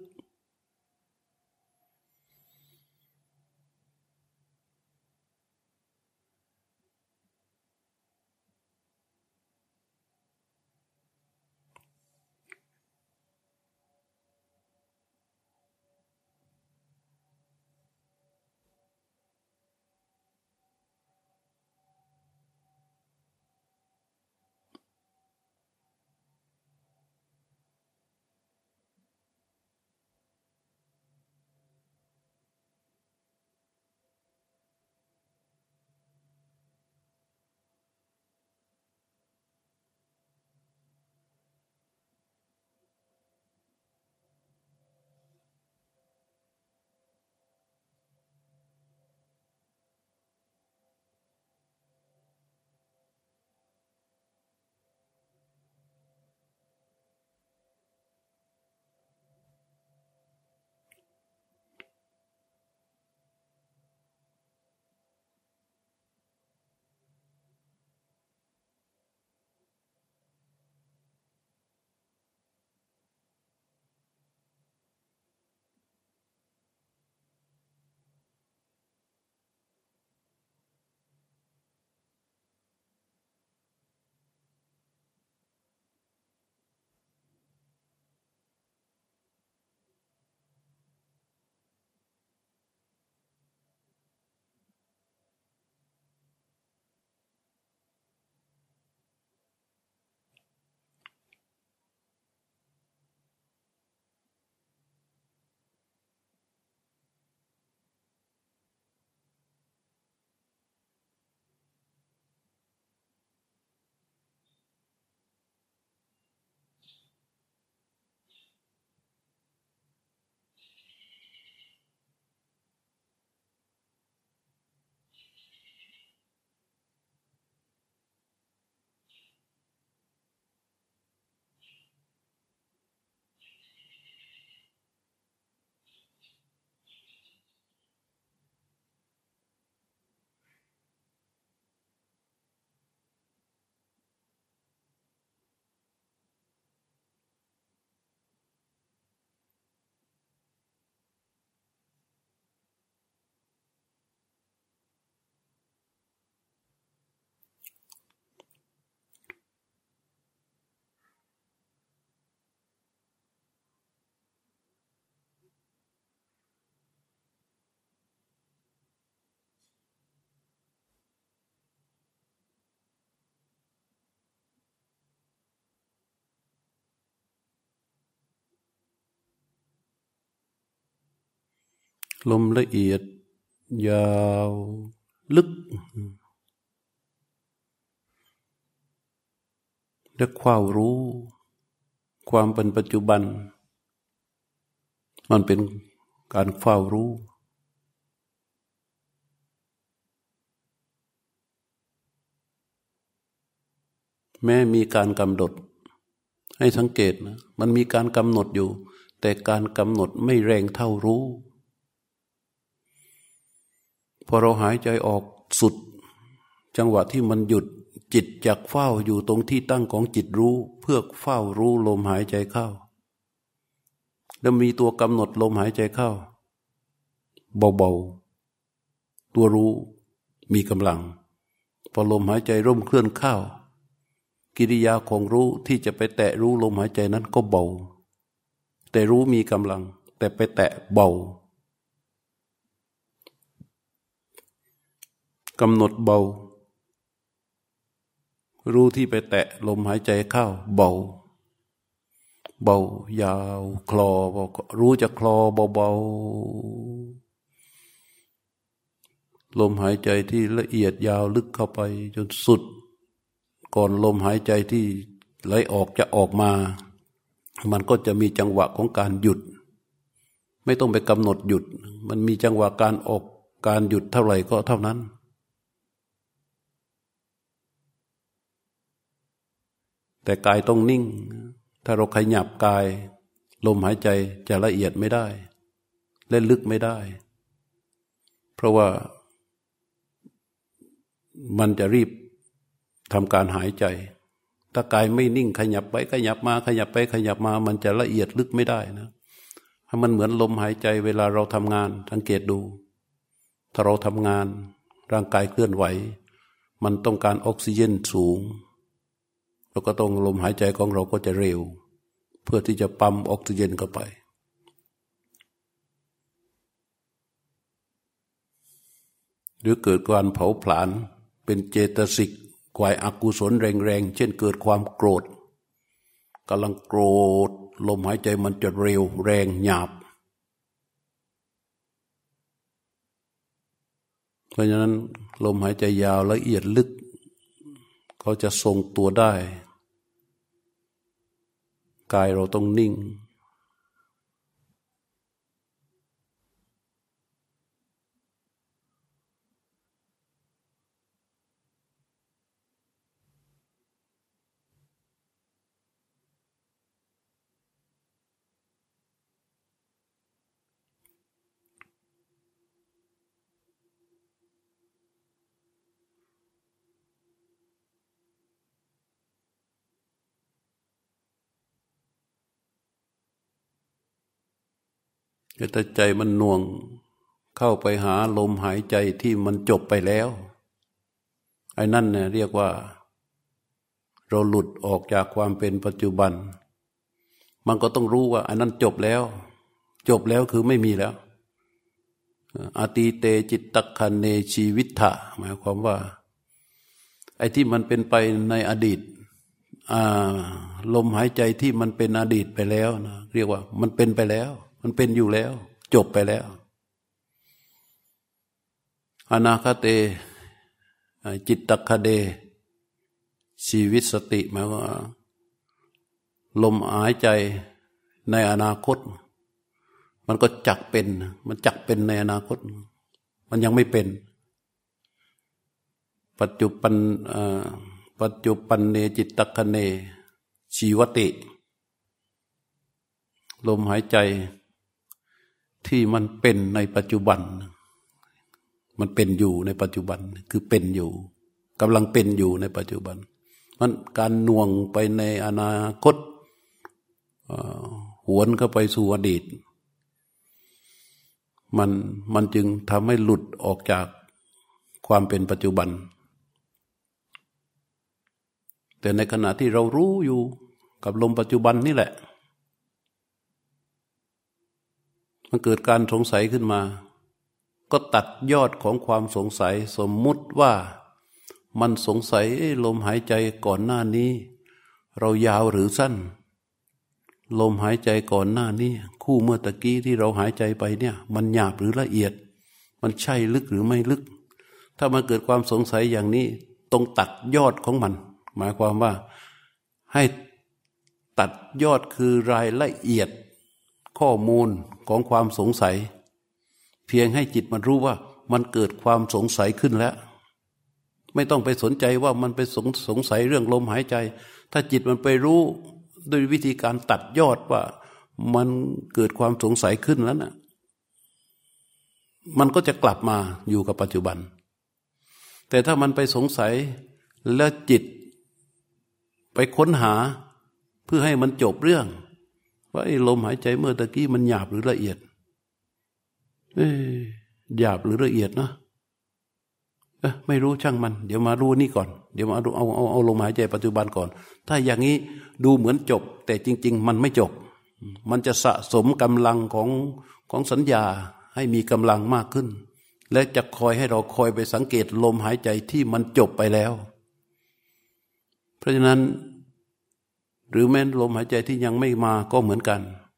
ลมละเอียดยาวลึกและความรู้ความเป็นปัจจุบันมันเป็นการเฝ้ารู้แม้มีการกำหนดให้สังเกตนะมันมีการกำหนดอยู่แต่การกำหนดไม่แรงเท่ารู้พอเราหายใจออกสุดจังหวะที่มันหยุดจิตจักเฝ้าอยู่ตรงที่ตั้งของจิตรู้เพื่อเฝ้ารู้ลมหายใจเข้าแล้วมีตัวกำหนดลมหายใจเข้าเบาๆตัวรู้มีกำลังพอลมหายใจร่มเคลื่อนเข้ากิริยาของรู้ที่จะไปแตะรู้ลมหายใจนั้นก็เบาแต่รู้มีกำลังแต่ไปแตะเบากำหนดเบารู้ที่ไปแตะลมหายใจเข้าเบาเบายาวคลอรู้จะคลอเบาๆลมหายใจที่ละเอียดยาวลึกเข้าไปจนสุดก่อนลมหายใจที่ไหลออกจะออกมามันก็จะมีจังหวะของการหยุดไม่ต้องไปกำหนดหยุดมันมีจังหวะการออกการหยุดเท่าไหร่ก็เท่านั้นแต่กายต้องนิ่งถ้าเราขยับกายลมหายใจจะละเอียดไม่ได้และลึกไม่ได้เพราะว่ามันจะรีบทำการหายใจถ้ากายไม่นิ่งขยับไปขยับมาขยับไปขยับมามันจะละเอียดลึกไม่ได้นะมันเหมือนลมหายใจเวลาเราทำงานสังเกตดูถ้าเราทำงานร่างกายเคลื่อนไหวมันต้องการออกซิเจนสูงแล้วก็ต้องลมหายใจของเราก็จะเร็วเพื่อที่จะปั๊มออกซิเจนเข้าไปหรือเกิดการเผาผลาญเป็นเจตสิกฝ่ายอกุศลแรงๆเช่นเกิดความโกรธกำลังโกรธลมหายใจมันจะเร็วแรงหยาบเพราะฉะนั้นลมหายใจยาวละเอียดลึกเขาจะทรงตัวได้กายเราต้องนิ่งแต่ใจมันหน่วงเข้าไปหาลมหายใจที่มันจบไปแล้วไอ้นั่นเนี่ยเรียกว่าเราหลุดออกจากความเป็นปัจจุบันมันก็ต้องรู้ว่าไอ้นั่นจบแล้วจบแล้วคือไม่มีแล้วอตีเตจิตตคันเนชีวิตถะหมายความว่าไอ้ที่มันเป็นไปในอดีตลมหายใจที่มันเป็นอดีตไปแล้วนะเรียกว่ามันเป็นไปแล้วมันเป็นอยู่แล้วจบไปแล้วอนาคเตจิตตคเดชีวิตสติหมายว่าลมหายใจในอนาคตมันก็จักเป็นมันจักเป็นในอนาคตมันยังไม่เป็นปัจจุบันเนจิตตคเนชีวติลมหายใจที่มันเป็นในปัจจุบันมันเป็นอยู่ในปัจจุบันคือเป็นอยู่กำลังเป็นอยู่ในปัจจุบันมันการหน่วงไปในอนาคตหวนเข้าไปสู่อดีตมันจึงทำให้หลุดออกจากความเป็นปัจจุบันแต่ในขณะที่เรารู้อยู่กับลมปัจจุบันนี่แหละมันเกิดการสงสัยขึ้นมาก็ตัดยอดของความสงสัยสมมุติว่ามันสงสัยลมหายใจก่อนหน้านี้เรายาวหรือสั้นลมหายใจก่อนหน้านี้คู่เมื่อตะกี้ที่เราหายใจไปเนี่ยมันหยาบหรือละเอียดมันใช่ลึกหรือไม่ลึกถ้ามันเกิดความสงสัยอย่างนี้ต้องตัดยอดของมันหมายความว่าให้ตัดยอดคือรายละเอียดข้อมูลของความสงสัยเพียงให้จิตมันรู้ว่ามันเกิดความสงสัยขึ้นแล้วไม่ต้องไปสนใจว่ามันไปสงสัยเรื่องลมหายใจถ้าจิตมันไปรู้ด้วยวิธีการตัดยอดว่ามันเกิดความสงสัยขึ้นแล้วนะมันก็จะกลับมาอยู่กับปัจจุบันแต่ถ้ามันไปสงสัยแล้วจิตไปค้นหาเพื่อให้มันจบเรื่องว่าไอ้ลมหายใจเมื่อตะกี้มันหยาบหรือละเอียดหยาบหรือละเอียดนะไม่รู้ช่างมันเดี๋ยวมารู้นี่ก่อนเดี๋ยวมาดูเอาลมหายใจปัจจุบันก่อนถ้าอย่างนี้ดูเหมือนจบแต่จริงๆมันไม่จบมันจะสะสมกำลังของสัญญาให้มีกำลังมากขึ้นและจะคอยให้เราคอยไปสังเกตลมหายใจที่มันจบไปแล้วเพราะฉะนั้นหรือแม้ลมหายใจที่ยังไม่มาก็เหมือนกัน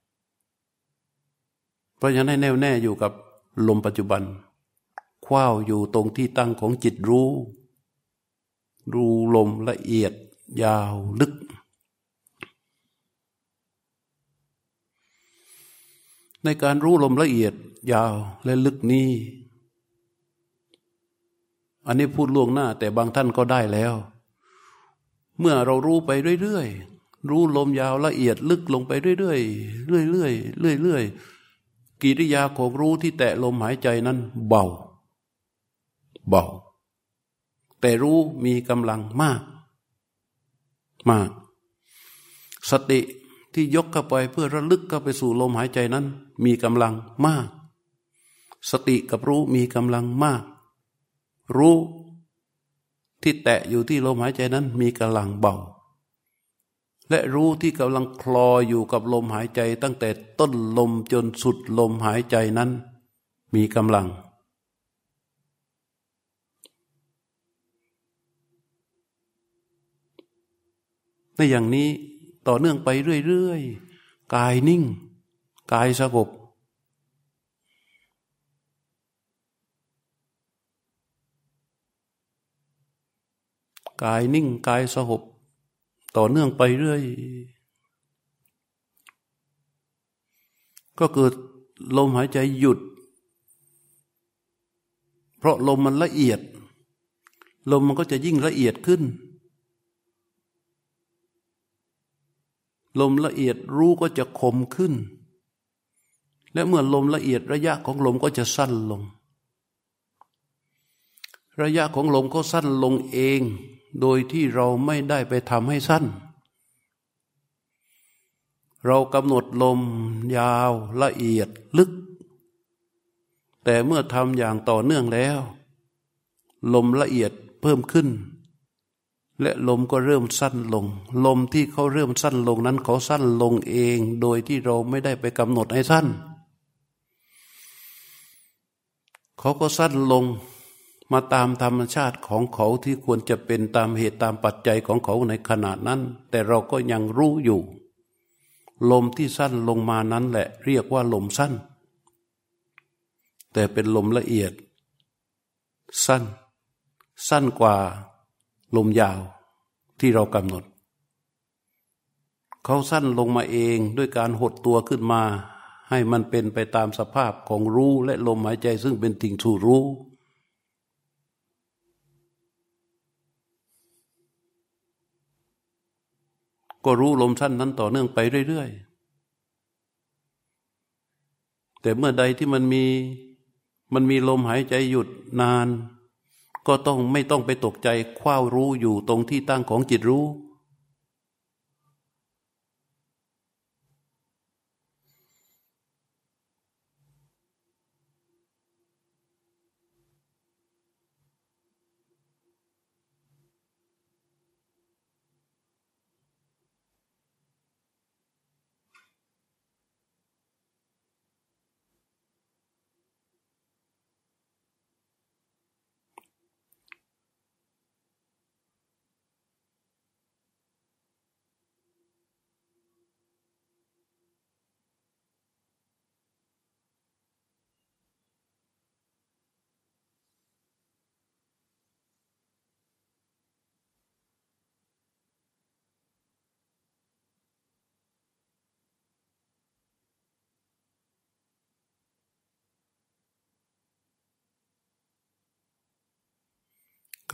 เพราะฉะนั้นให้แน่วแน่อยู่กับลมปัจจุบันคว้าวอยู่ตรงที่ตั้งของจิตรู้ลมละเอียดยาวลึกในการรู้ลมละเอียดยาวและลึกนี้อันนี้พูดล่วงหน้าแต่บางท่านก็ได้แล้วเมื่อเรารู้ไปเรื่อยๆรู้ลมยาวละเอียดลึกลงไปเรื่อยๆเรื่อยๆเรื่อยๆกิริยาของรู้ที่แตะลมหายใจนั้นเบาแต่รู้มีกำลังมากสติที่ยกเข้าไปเพื่อระลึกเข้าไปสู่ลมหายใจนั้นมีกำลังมากสติกับรู้มีกำลังมากรู้ที่แตะอยู่ที่ลมหายใจนั้นมีกำลังเบาและรู้ที่กำลังคลออยู่กับลมหายใจตั้งแต่ต้นลมจนสุดลมหายใจนั้นมีกำลังในอย่างนี้ต่อเนื่องไปเรื่อยๆกายนิ่งกายสงบกายนิ่งกายสงบต่อเนื่องไปเรื่อยก็เกิดลมหายใจหยุดเพราะลมมันละเอียดลมมันก็จะยิ่งละเอียดขึ้นลมละเอียดรู้ก็จะคมขึ้นและเมื่อลมละเอียดระยะของลมก็จะสั้นลงระยะของลมก็สั้นลงเองโดยที่เราไม่ได้ไปทำให้สั้นเรากำหนดลมยาวละเอียดลึกแต่เมื่อทำอย่างต่อเนื่องแล้วลมละเอียดเพิ่มขึ้นและลมก็เริ่มสั้นลงลมที่เขาเริ่มสั้นลงนั้นเขาสั้นลงเองโดยที่เราไม่ได้ไปกำหนดให้สั้นเขาก็สั้นลงมาตามธรรมชาติของเขาที่ควรจะเป็นตามเหตุตามปัจจัยของเขาในขณะนั้นแต่เราก็ยังรู้อยู่ลมที่สั้นลงมานั้นแหละเรียกว่าลมสั้นแต่เป็นลมละเอียดสั้นกว่าลมยาวที่เรากำหนดเขาสั้นลงมาเองด้วยการหดตัวขึ้นมาให้มันเป็นไปตามสภาพของรู้และลมหายใจซึ่งเป็นสิ่งสู่รู้ก็รู้ลมสั้นนั้นต่อเนื่องไปเรื่อยๆแต่เมื่อใดที่มันมีลมหายใจหยุดนานก็ไม่ต้องไปตกใจคว้ารู้อยู่ตรงที่ตั้งของจิตรู้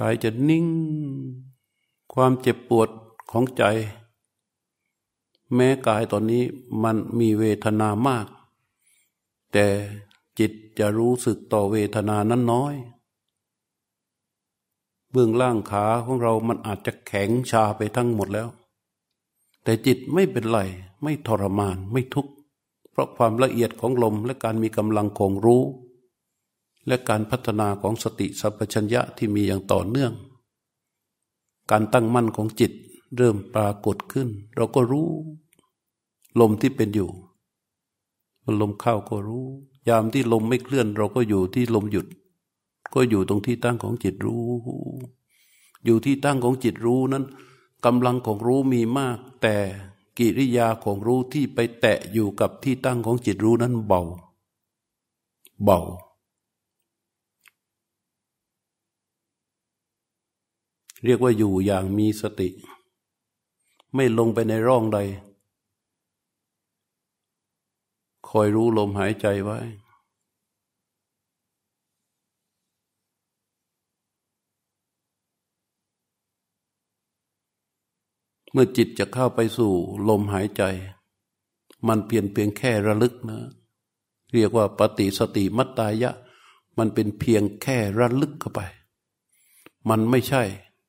กายจะนิ่งความเจ็บปวดของใจแม้กายตอนนี้มันมีเวทนามากแต่จิตจะรู้สึกต่อเวทนานั้นน้อยเบื้องล่างขาของเรามันอาจจะแข็งชาไปทั้งหมดแล้วแต่จิตไม่เป็นไรไม่ทรมานไม่ทุกข์เพราะความละเอียดของลมและการมีกำลังของรู้และการพัฒนาของสติสัมปชัญญะที่มีอย่างต่อเนื่องการตั้งมั่นของจิตเริ่มปรากฏขึ้นเราก็รู้ลมที่เป็นอยู่ลมเข้าก็รู้ยามที่ลมไม่เคลื่อนเราก็อยู่ที่ลมหยุดก็อยู่ตรงที่ตั้งของจิตรู้อยู่ที่ตั้งของจิตรู้นั้นกำลังของรู้มีมากแต่กิริยาของรู้ที่ไปแตะอยู่กับที่ตั้งของจิตรู้นั้นเบาเรียกว่าอยู่อย่างมีสติไม่ลงไปในร่องใดคอยรู้ลมหายใจไว้เมื่อจิตจะเข้าไปสู่ลมหายใจมันเพียงแค่ระลึกนะเรียกว่าปฏิสติมัตตายะมันเป็นเพียงแค่ระลึกเข้าไปมันไม่ใช่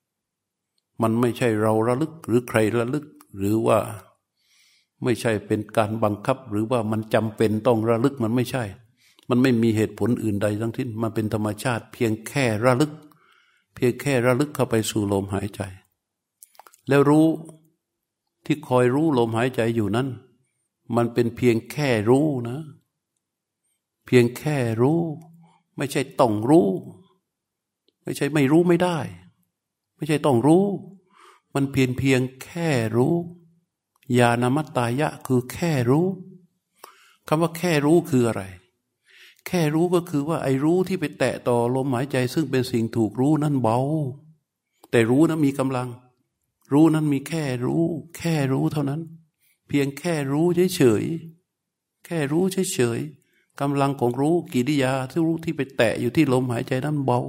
เราระลึกหรือใครระลึกหรือว่าไม่ใช่เป็นการบังคับหรือว่ามันจำเป็นต้องระลึกมันไม่ใช่มันไม่มีเหตุผลอื่นใดทั้งสิ้นมันเป็นธรรมชาติเพียงแค่ระลึกเข้าไปสู่ลมหายใจแล้วรู้ที่คอยรู้ลมหายใจอยู่นั้นมันเป็นเพียงแค่รู้นะเพียงแค่รู้ไม่ใช่ต้องรู้ไม่ใช่ไม่รู้ไม่ได้ไม่ใช่ต้องรู้มันเพียงแค่รู้ญาณมัตตายะคือแค่รู้คำว่าแค่รู้คืออะไรแค่รู้ก็คือว่าไอ้รู้ที่ไปแตะต่อลมหายใจซึ่งเป็นสิ่งถูกรู้นั้นเบาแต่รู้นั้นมีกำลังรู้นั้นมีแค่รู้เท่านั้นเพียงแค่รู้เฉยแค่รู้เฉยกำลังของรู้กิริยาที่รู้ที่ไปแตะอยู่ที่ลมหายใจนั้นเบา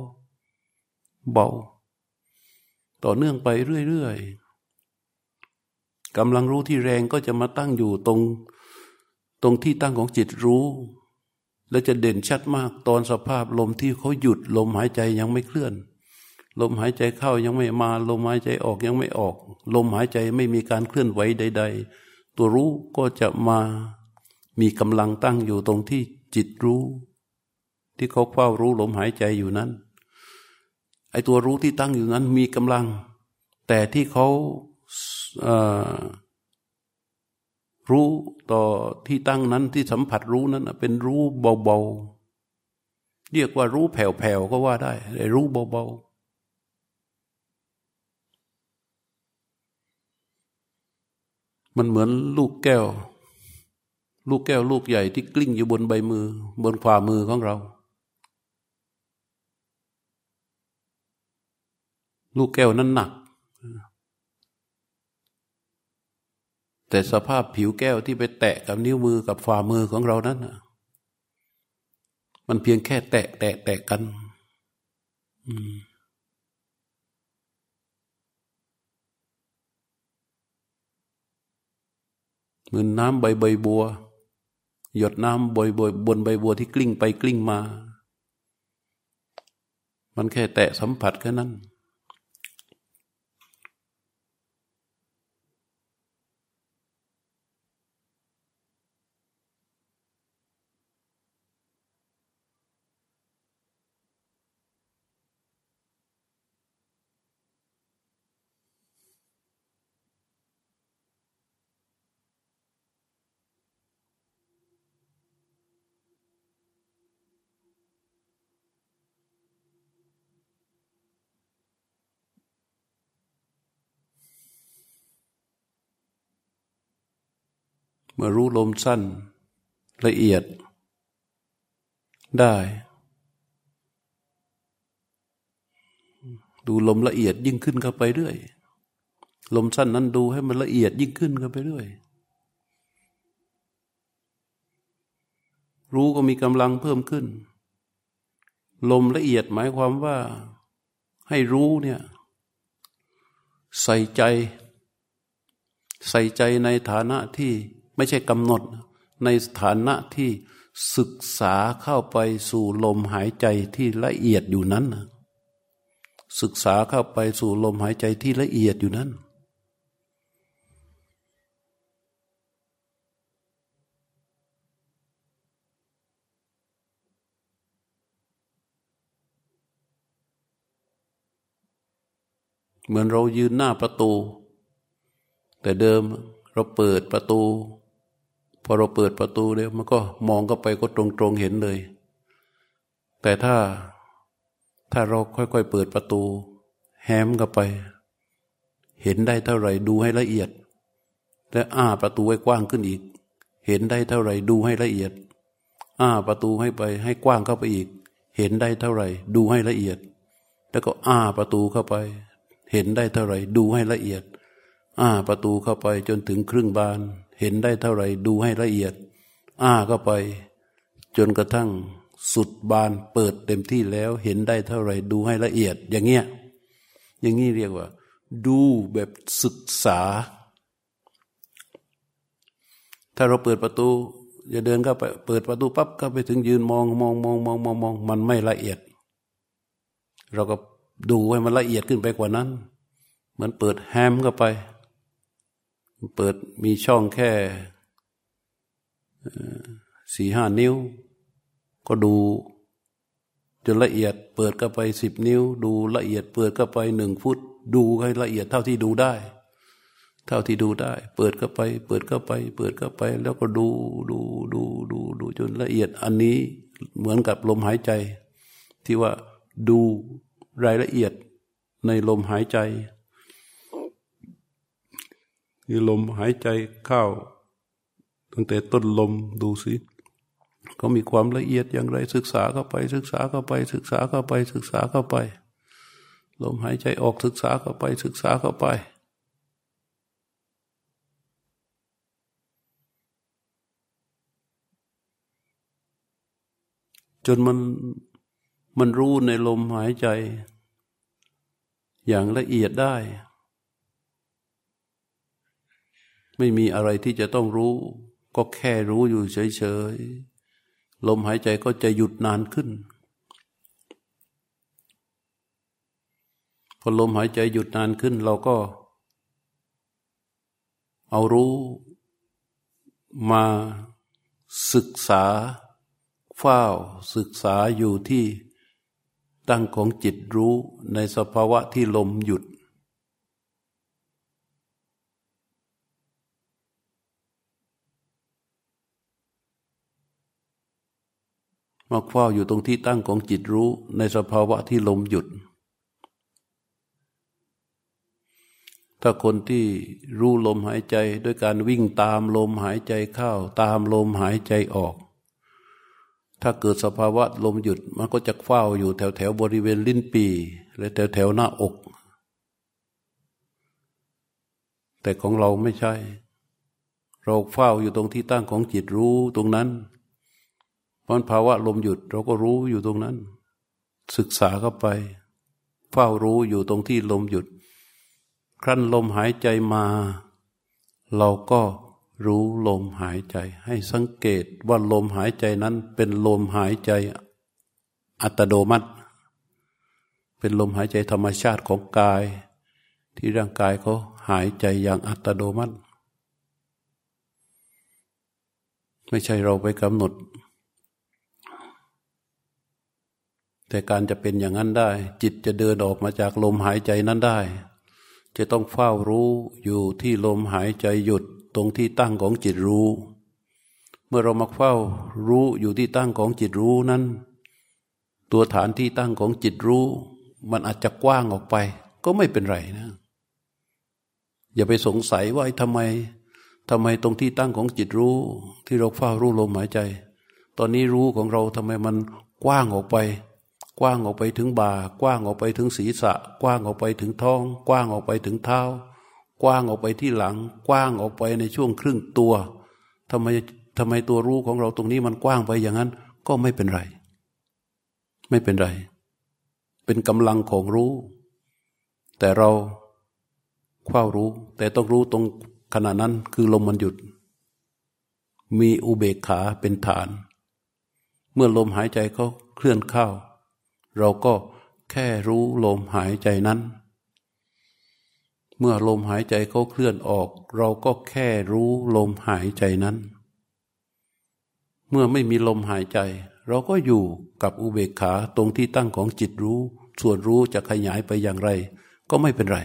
ต่อเนื่องไปเรื่อยๆกำลังรู้ที่แรงก็จะมาตั้งอยู่ตรงที่ตั้งของจิตรู้และจะเด่นชัดมากตอนสภาพลมที่เขาหยุดลมหายใจยังไม่เคลื่อนลมหายใจเข้ายังไม่มาลมหายใจออกยังไม่ออกลมหายใจไม่มีการเคลื่อนไหวใดๆตัวรู้ก็จะมามีกำลังตั้งอยู่ตรงที่จิตรู้ที่เขาเฝ้ารู้ลมหายใจอยู่นั้นไอ้ตัวรู้ที่ตั้งอยู่นั้นมีกำลังแต่ที่เขารู้ต่อที่ตั้งนั้นที่สัมผัสรู้นั้นเป็นรู้เบาๆเรียกว่ารู้แผ่วๆก็ว่าได้รู้เบาๆมันเหมือนลูกแก้วลูกใหญ่ที่กลิ้งอยู่บนใบมือบนฝ่ามือของเราลูกแก้วนั้นหนักแต่สภาพผิวแก้วที่ไปแตะกับนิ้วมือกับฝ่ามือของเรานั้นมันเพียงแค่แตะกันเหมือนน้ำใบบัวหยดน้ำบนใบบัวที่กลิ้งไปกลิ้งมามันแค่แตะสัมผัสแค่นั้นเมื่อรู้ลมสั้นละเอียดได้ดูลมละเอียดยิ่งขึ้นเข้าไปเรื่อยลมสั้นนั้นดูให้มันละเอียดยิ่งขึ้นเข้าไปเรื่อยรู้ก็มีกำลังเพิ่มขึ้นลมละเอียดหมายความว่าให้รู้เนี่ยใส่ใจในฐานะที่ไม่ใช่กำหนดในฐานะที่ศึกษาเข้าไปสู่ลมหายใจที่ละเอียดอยู่นั้นศึกษาเข้าไปสู่ลมหายใจที่ละเอียดอยู่นั้นเหมือนเรายืนหน้าประตูแต่เดิมเราเปิดประตูพอเราเปิดประตูแล้วมันก็มองเข้าไปก็ตรงๆเห็นเลยแต่ถ้าเราค่อยๆเปิดประตูแฮ้มเข้าไปเห็นได้เท่าไหร่ดูให้ละเอียดและประตูให้กว้างขึ้นอีกเห็นได้เท่าไหร่ดูให้ละเอียดประตูให้ไปให้กว้างเข้าไปอีกเห็นได้เท่าไหร่ดูให้ละเอียดแล้วก็ประตูเข้าไปเห็นได้เท่าไหร่ดูให้ละเอียดประตูเข้าไปจนถึงครึ่งบานเห็นได้เท่าไหร่ดูให้ละเอียดเข้าไปจนกระทั่งสุดบานเปิดเต็มที่แล้วเห็นได้เท่าไหร่ดูให้ละเอียดอย่างนี้เรียกว่าดูแบบศึกษาถ้าเราเปิดประตูจะเดินเข้าไปเปิดประตูปั๊บเข้าไปถึงยืนมองมันไม่ละเอียดเราก็ดูให้มันละเอียดขึ้นไปกว่านั้นเหมือนเปิดแฮมเข้าไปเปิดมีช่องแค่4-5 นิ้วก็ดูจนละเอียดเปิดเข้าไป10 นิ้วดูละเอียดเปิดเข้าไป1 ฟุตดูให้ละเอียดเท่าที่ดูได้เปิดเข้าไปแล้วก็ดูจนละเอียดอันนี้เหมือนกับลมหายใจที่ว่าดูรายละเอียดในลมหายใจนี่ลมหายใจเข้าตั้งแต่ต้นลมดูสิเขามีความละเอียดอย่างไรศึกษาเข้าไปลมหายใจออกศึกษาเข้าไปจนมันรู้ในลมหายใจอย่างละเอียดได้ไม่มีอะไรที่จะต้องรู้ก็แค่รู้อยู่เฉยๆลมหายใจก็จะหยุดนานขึ้นพอลมหายใจหยุดนานขึ้นเราก็เอารู้มาศึกษาเฝ้าศึกษาอยู่ที่ตั้งของจิตรู้ในสภาวะที่ลมหยุดมาเฝ้าอยู่ตรงที่ตั้งของจิตรู้ในสภาวะที่ลมหยุดถ้าคนที่รู้ลมหายใจด้วยการวิ่งตามลมหายใจเข้าตามลมหายใจออกถ้าเกิดสภาวะลมหยุดมันก็จะเฝ้าอยู่แถวบริเวณลิ้นปี่และแถวหน้าอกแต่ของเราไม่ใช่เราเฝ้าอยู่ตรงที่ตั้งของจิตรู้ตรงนั้นเพราะภาวะลมหยุดเราก็รู้อยู่ตรงนั้นศึกษาเข้าไปเฝ้ารู้อยู่ตรงที่ลมหยุดครั้นลมหายใจมาเราก็รู้ลมหายใจให้สังเกตว่าลมหายใจนั้นเป็นลมหายใจอัตโนมัติเป็นลมหายใจธรรมชาติของกายที่ร่างกายเขาหายใจอย่างอัตโนมัติไม่ใช่เราไปกำหนดแต่การจะเป็นอย่างนั้นได้จิตจะเดินออกมาจากลมหายใจนั้นได้จะต้องเฝ้ารู้อยู่ที่ลมหายใจหยุดตรงที่ตั้งของจิตรู้เมื่อเรามาเฝ้ารู้อยู่ที่ตั้งของจิตรู้นั้นตัวฐานที่ตั้งของจิตรู้มันอาจจะกว้างออกไปก็ไม่เป็นไรนะอย่าไปสงสัยว่าทำไมตรงที่ตั้งของจิตรู้ที่เราเฝ้ารู้ลมหายใจตอนนี้รู้ของเราทำไมมันกว้างออกไปถึงบ่ากว้างออกไปถึงศีรษะกว้างออกไปถึงท้องกว้างออกไปถึงเท้ากว้างออกไปที่หลังกว้างออกไปในช่วงครึ่งตัวทำไมตัวรู้ของเราตรงนี้มันกว้างไปอย่างนั้นก็ไม่เป็นไรเป็นกำลังของรู้แต่เราเฝ้ารู้แต่ต้องรู้ตรงขณะนั้นคือลมมันหยุดมีอุเบกขาเป็นฐานเมื่อลมหายใจเขาเคลื่อนเข้าเราก็แค่รู้ลมหายใจนั้นเมื่อลมหายใจเขาเคลื่อนออกเราก็แค่รู้ลมหายใจนั้นเมื่อไม่มีลมหายใจเราก็อยู่กับอุเบกขาตรงที่ตั้งของจิตรู้ส่วนรู้จะขยายไปอย่างไรก็ไม่เป็นไร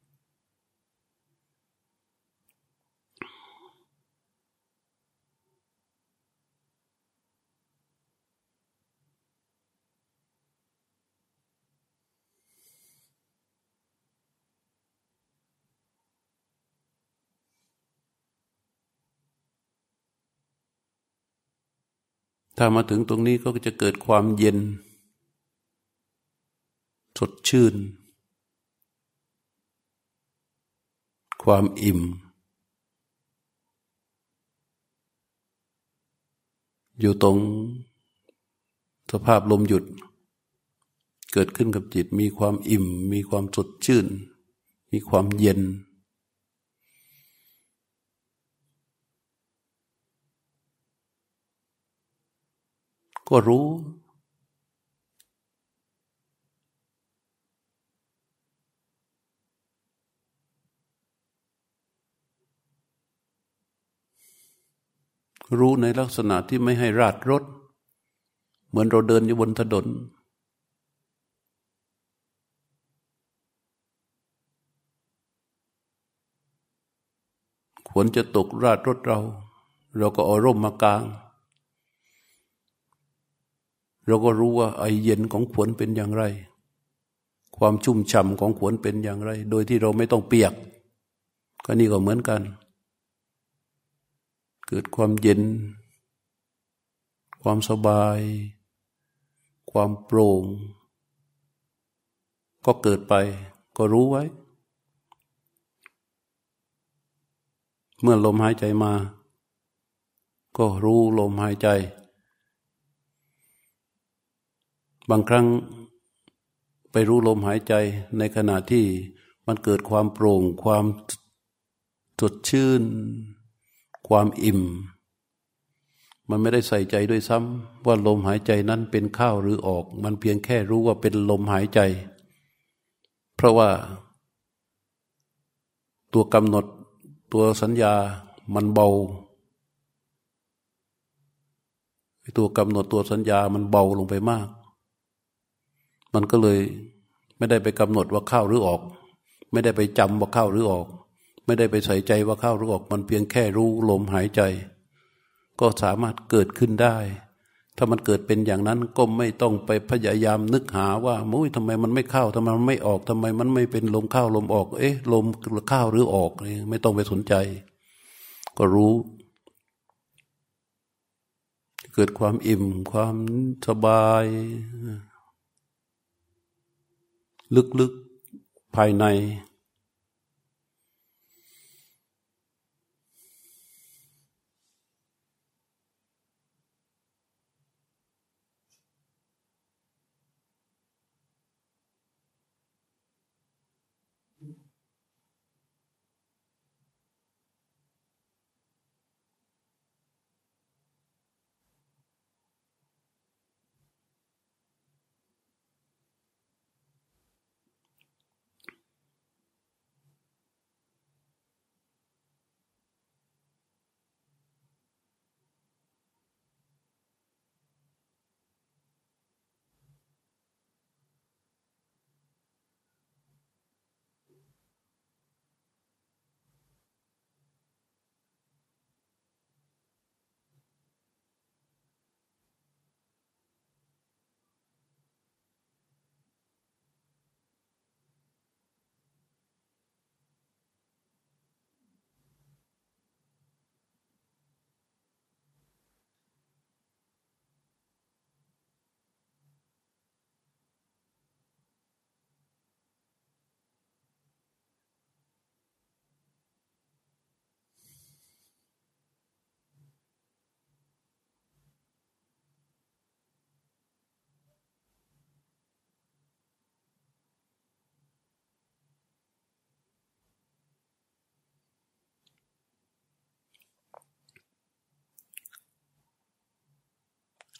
ถ้ามาถึงตรงนี้ก็จะเกิดความเย็นสดชื่นความอิ่มอยู่ตรงสภาพลมหยุดเกิดขึ้นกับจิตมีความอิ่มมีความสดชื่นมีความเย็นก็รู้รู้ในลักษณะที่ไม่ให้ราดรถเหมือนเราเดินอยู่บนถนนฝนจะตกราดรถเราก็เอาร่มมากางเราก็รู้ว่าไอเย็นของฝนเป็นอย่างไรความชุ่มฉ่ำของฝนเป็นอย่างไรโดยที่เราไม่ต้องเปียกก็นี่ก็เหมือนกันเกิดความเย็นความสบายความโปร่งก็เกิดไปก็รู้ไว้เมื่อลมหายใจมาก็รู้ลมหายใจบางครั้งไปรู้ลมหายใจในขณะที่มันเกิดความโปร่งความสดชื่นความอิ่มมันไม่ได้ใส่ใจด้วยซ้ำว่าลมหายใจนั้นเป็นเข้าหรือออกมันเพียงแค่รู้ว่าเป็นลมหายใจเพราะว่าตัวกำหนดตัวสัญญามันเบาตัวกำหนดตัวสัญญามันเบาลงไปมากมันก็เลยไม่ได้ไปกำหนดว่าเข้าหรือออกไม่ได้ไปจำว่าเข้าหรือออกไม่ได้ไปใส่ใจว่าเข้าหรือออกมันเพียงแค่รู้ลมหายใจก็สามารถเกิดขึ้นได้ถ้ามันเกิดเป็นอย่างนั้นก็ไม่ต้องไปพยายามนึกหาว่ามุ้ยทำไมมันไม่เข้าทำไมมันไม่ออกทำไมมันไม่เป็นลมเข้าลมออกลมเข้าหรือออกไม่ต้องไปสนใจก็รู้เกิดความอิ่มความสบายลึกๆภายใน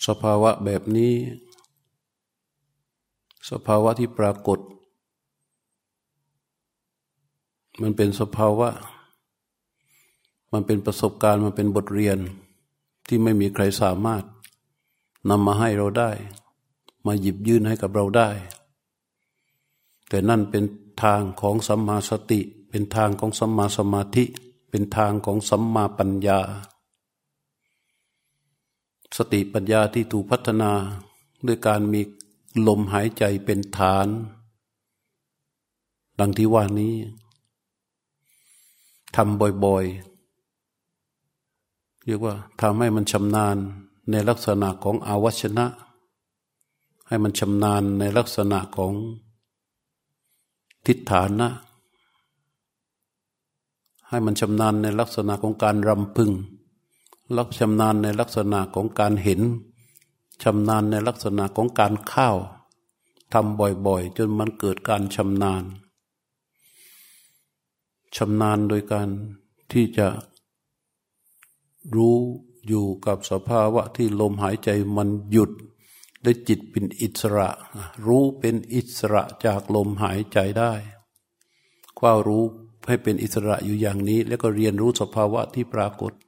สภาวะแบบนี้สภาวะที่ปรากฏมันเป็นสภาวะมันเป็นประสบการณ์มันเป็นบทเรียนที่ไม่มีใครสามารถนำมาให้เราได้มาหยิบยื่นให้กับเราได้แต่นั่นเป็นทางของสัมมาสติเป็นทางของสัมมาสมาธิเป็นทางของสัมมาปัญญาสติปัญญาที่ถูกพัฒนาด้วยการมีลมหายใจเป็นฐานดังที่ว่านี้ทำบ่อยๆเรียกว่าทำให้มันชำนาญในลักษณะของอาวัชนะให้มันชำนาญในลักษณะของทิฏฐานะให้มันชำนาญในลักษณะของการรำพึงชำนาญในลักษณะของการเห็นชำนาญในลักษณะของการเข้าทำบ่อยๆจนมันเกิดการชำนาญโดยการที่จะรู้อยู่กับสภาวะที่ลมหายใจมันหยุดและจิตเป็นอิสระรู้เป็นอิสระจากลมหายใจได้ความรู้ให้เป็นอิสระอยู่อย่างนี้แล้วก็เรียนรู้สภาวะที่ปรากฏ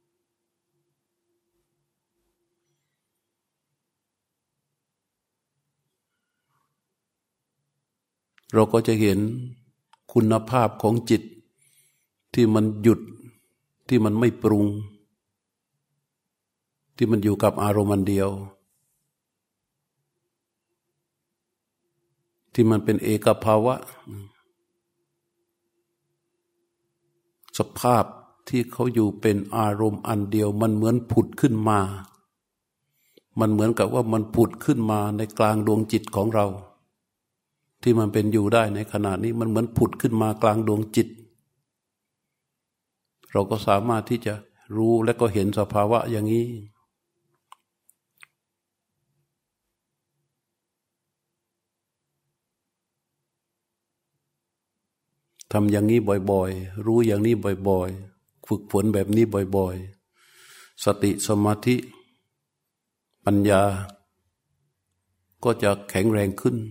เราก็จะเห็นคุณภาพของจิตที่มันหยุดที่มันไม่ปรุงที่มันอยู่กับอารมณ์อันเดียวที่มันเป็นเอกภาวะสภาพที่เขาอยู่เป็นอารมณ์อันเดียวมันเหมือนผุดขึ้นมามันเหมือนกับว่ามันผุดขึ้นมาในกลางดวงจิตของเราที่มันเป็นอยู่ได้ในขณะนี้มันเหมือนผุดขึ้นมากลางดวงจิตเราก็สามารถที่จะรู้และก็เห็นสภาวะอย่างนี้ทำอย่างนี้บ่อยๆรู้อย่างนี้บ่อยๆฝึกฝนแบบนี้บ่อยๆสติสมาธิปัญญาก็จะแข็งแรงขึ้น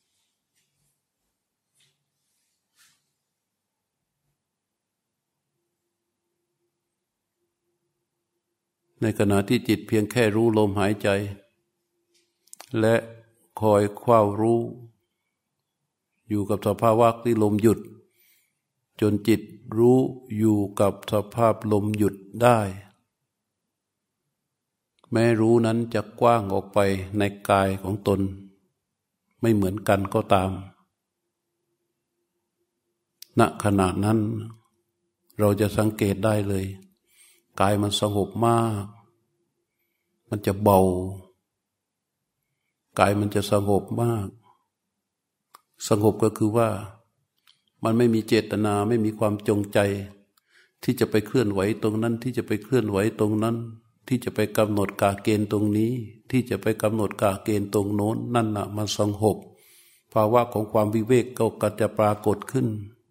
ในขณะที่จิตเพียงแค่รู้ลมหายใจและคอยเฝ้ารู้อยู่กับสภาวะที่ลมหยุดจนจิตรู้อยู่กับสภาพลมหยุดได้แม้รู้นั้นจะกว้างออกไปในกายของตนไม่เหมือนกันก็ตามณขณะนั้นเราจะสังเกตได้เลยกายมันสงบมากมันจะเบากายมันจะสงบมากสงบก็คือว่ามันไม่มีเจตนาไม่มีความจงใจที่จะไปเคลื่อนไหวตรงนั้นที่จะไปเคลื่อนไหวตรงนั้นที่จะไปกำหนดกาเกณฑ์ตรงนี้ที่จะไปกำหนดกาเกณฑ์ตรงโน้นนั่นน่ะมันสงบภาวะของความวิเวกก็จะปรากฏขึ้น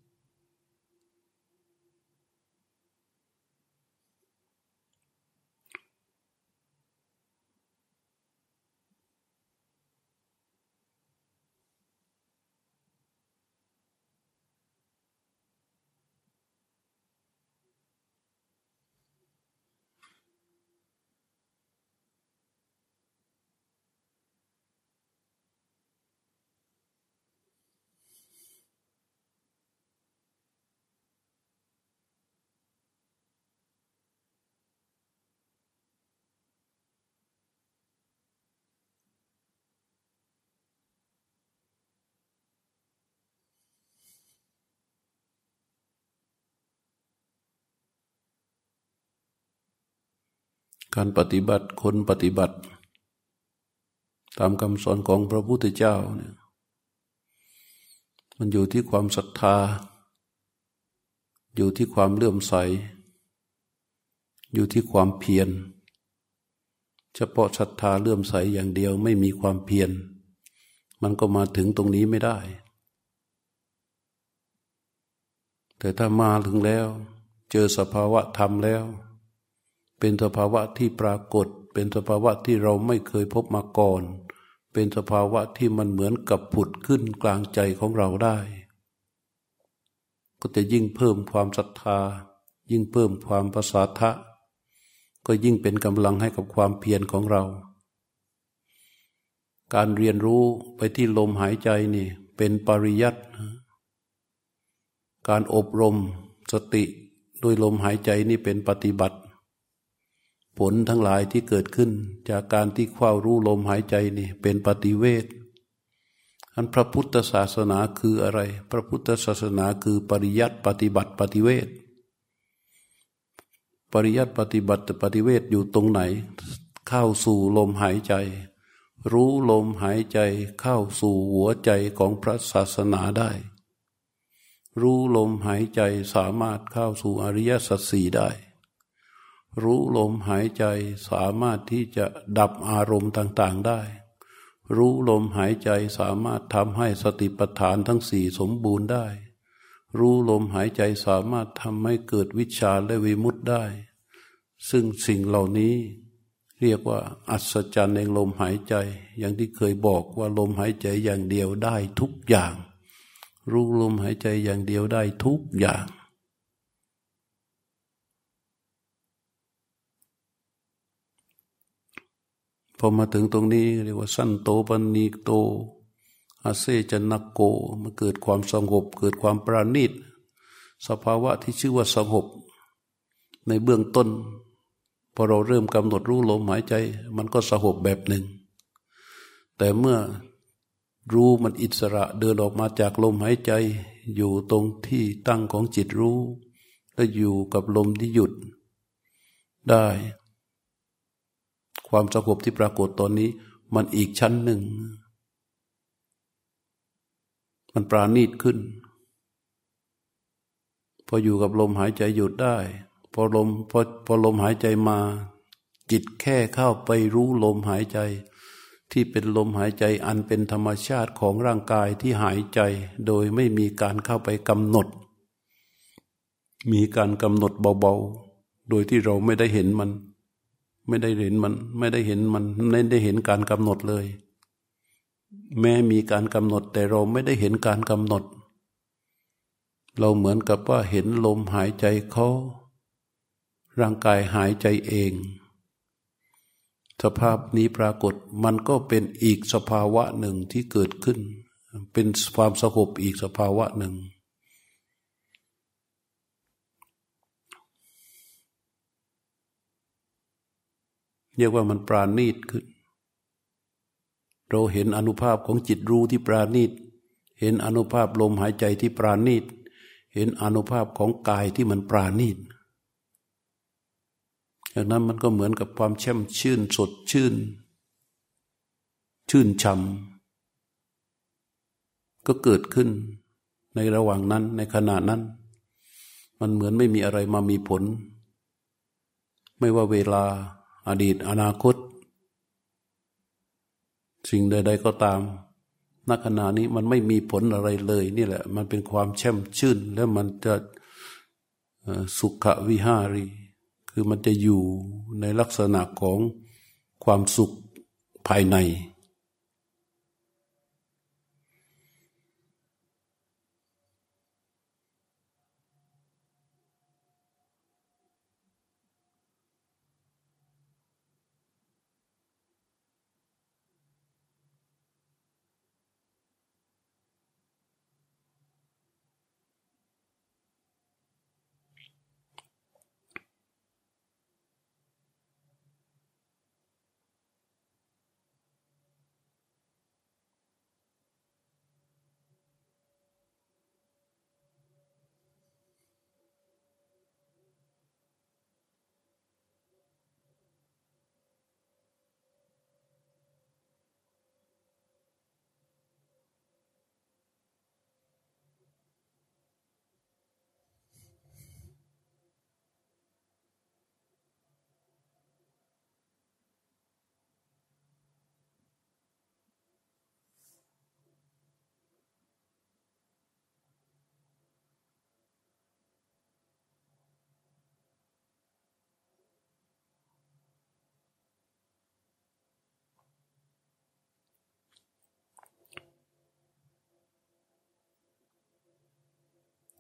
การปฏิบัติคนปฏิบัติตามคำสอนของพระพุทธเจ้าเนี่ยมันอยู่ที่ความศรัทธาอยู่ที่ความเลื่อมใสอยู่ที่ความเพียรเฉพาะศรัทธาเลื่อมใสอย่างเดียวไม่มีความเพียรมันก็มาถึงตรงนี้ไม่ได้แต่ถ้ามาถึงแล้วเจอสภาวะธรรมแล้วเป็นสภาวะที่ปรากฏเป็นสภาวะที่เราไม่เคยพบมาก่อนเป็นสภาวะที่มันเหมือนกับผุดขึ้นกลางใจของเราได้ก็จะยิ่งเพิ่มความศรัทธายิ่งเพิ่มความประสาทะก็ยิ่งเป็นกำลังให้กับความเพียรของเราการเรียนรู้ไปที่ลมหายใจนี่เป็นปริยัติการอบรมสติโดยลมหายใจนี่เป็นปฏิบัติผลทั้งหลายที่เกิดขึ้นจากการที่เฝ้ารู้ลมหายใจนี่เป็นปฏิเวทอันพระพุทธศาสนาคืออะไรพระพุทธศาสนาคือปริยัติปฏิบัติปฏิเวทปริยัติปฏิบัติปฏิเวทอยู่ตรงไหนเข้าสู่ลมหายใจรู้ลมหายใจเข้าสู่หัวใจของพระศาสนาได้รู้ลมหายใจสามารถเข้าสู่อริยสัจสี่ได้รู้ลมหายใจสามารถที่จะดับอารมณ์ต่างๆได้รู้ลมหายใจสามารถทำให้สติปัฏฐานทั้งสี่สมบูรณ์ได้รู้ลมหายใจสามารถทำให้เกิดวิชาและวิมุตติได้ซึ่งสิ่งเหล่านี้เรียกว่าอัศจรรย์ในลมหายใจอย่างที่เคยบอกว่าลมหายใจอย่างเดียวได้ทุกอย่างรู้ลมหายใจอย่างเดียวได้ทุกอย่างพอมาถึงตรงนี้เรียกว่าสั้นโตปณีโตอาเซจนักโกมันเกิดความสงบเกิดความปราณีตสภาวะที่ชื่อว่าสงบในเบื้องต้นพอเราเริ่มกำหนดรู้ลมหายใจมันก็สงบแบบหนึ่งแต่เมื่อรู้มันอิสระเดินออกมาจากลมหายใจอยู่ตรงที่ตั้งของจิตรู้และอยู่กับลมที่หยุดได้ความสงบที่ปรากฏตอนนี้มันอีกชั้นหนึ่งมันปราณีตขึ้นพออยู่กับลมหายใจหยุดได้พอลมหายใจมาจิตแค่เข้าไปรู้ลมหายใจที่เป็นลมหายใจอันเป็นธรรมชาติของร่างกายที่หายใจโดยไม่มีการเข้าไปกำหนดมีการกำหนดเบาๆโดยที่เราไม่ได้เห็นมันไม่ได้เห็นการกำหนดเลยแม้มีการกำหนดแต่เราไม่ได้เห็นการกำหนดเราเหมือนกับว่าเห็นลมหายใจเขาร่างกายหายใจเองสภาพนี้ปรากฏมันก็เป็นอีกสภาวะหนึ่งที่เกิดขึ้นเป็นความสงบอีกสภาวะหนึ่งเรียกว่ามันปราณีตขึ้นเราเห็นอานุภาพของจิตรู้ที่ปราณีตเห็นอานุภาพลมหายใจที่ปราณีตเห็นอานุภาพของกายที่มันปราณีตจากนั้นมันก็เหมือนกับความแช่มชื่นสดชื่นช่ำก็เกิดขึ้นในระหว่างนั้นในขณะนั้นมันเหมือนไม่มีอะไรมามีผลไม่ว่าเวลาอดีตอนาคตสิ่งใดๆก็ตามณขณะนี้มันไม่มีผลอะไรเลยนี่แหละมันเป็นความแช่มชื่นแล้วมันจะสุขวิหารีคือมันจะอยู่ในลักษณะของความสุขภายใน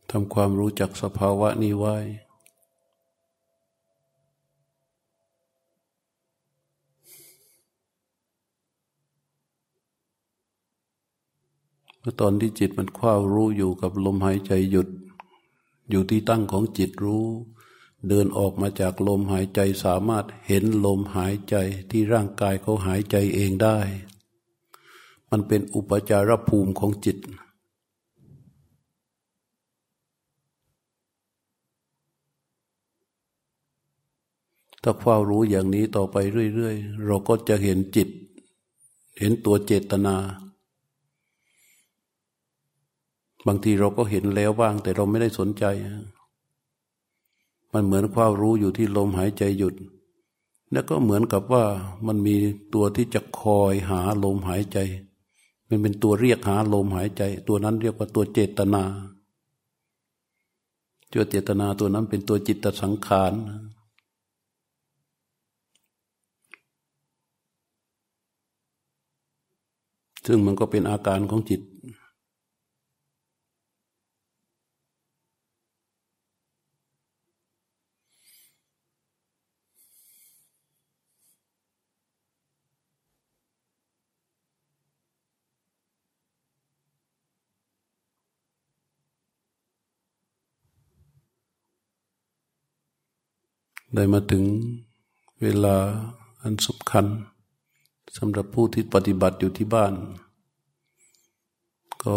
ทำความรู้จักสภาวะนี้ไว้เมื่อตอนที่จิตมันคว้ารู้อยู่กับลมหายใจหยุดอยู่ที่ตั้งของจิตรู้เดินออกมาจากลมหายใจสามารถเห็นลมหายใจที่ร่างกายเขาหายใจเองได้มันเป็นอุปจารภูมิของจิตถ้าเฝ้ารู้อย่างนี้ต่อไปเรื่อยๆเราก็จะเห็นจิตเห็นตัวเจตนาบางทีเราก็เห็นแล้วบ้างแต่เราไม่ได้สนใจมันเหมือนความรู้อยู่ที่ลมหายใจหยุดแล้วก็เหมือนกับว่ามันมีตัวที่จะคอยหาลมหายใจมันเป็นตัวเรียกหาลมหายใจตัวนั้นเรียกว่าตัวเจตนาตัวเจตนาตัวนั้นเป็นตัวจิตตสังขารซึ่งมันก็เป็นอาการของจิตได้มาถึงเวลาอันสำคัญสำหรับผู้ที่ปฏิบัติอยู่ที่บ้านก็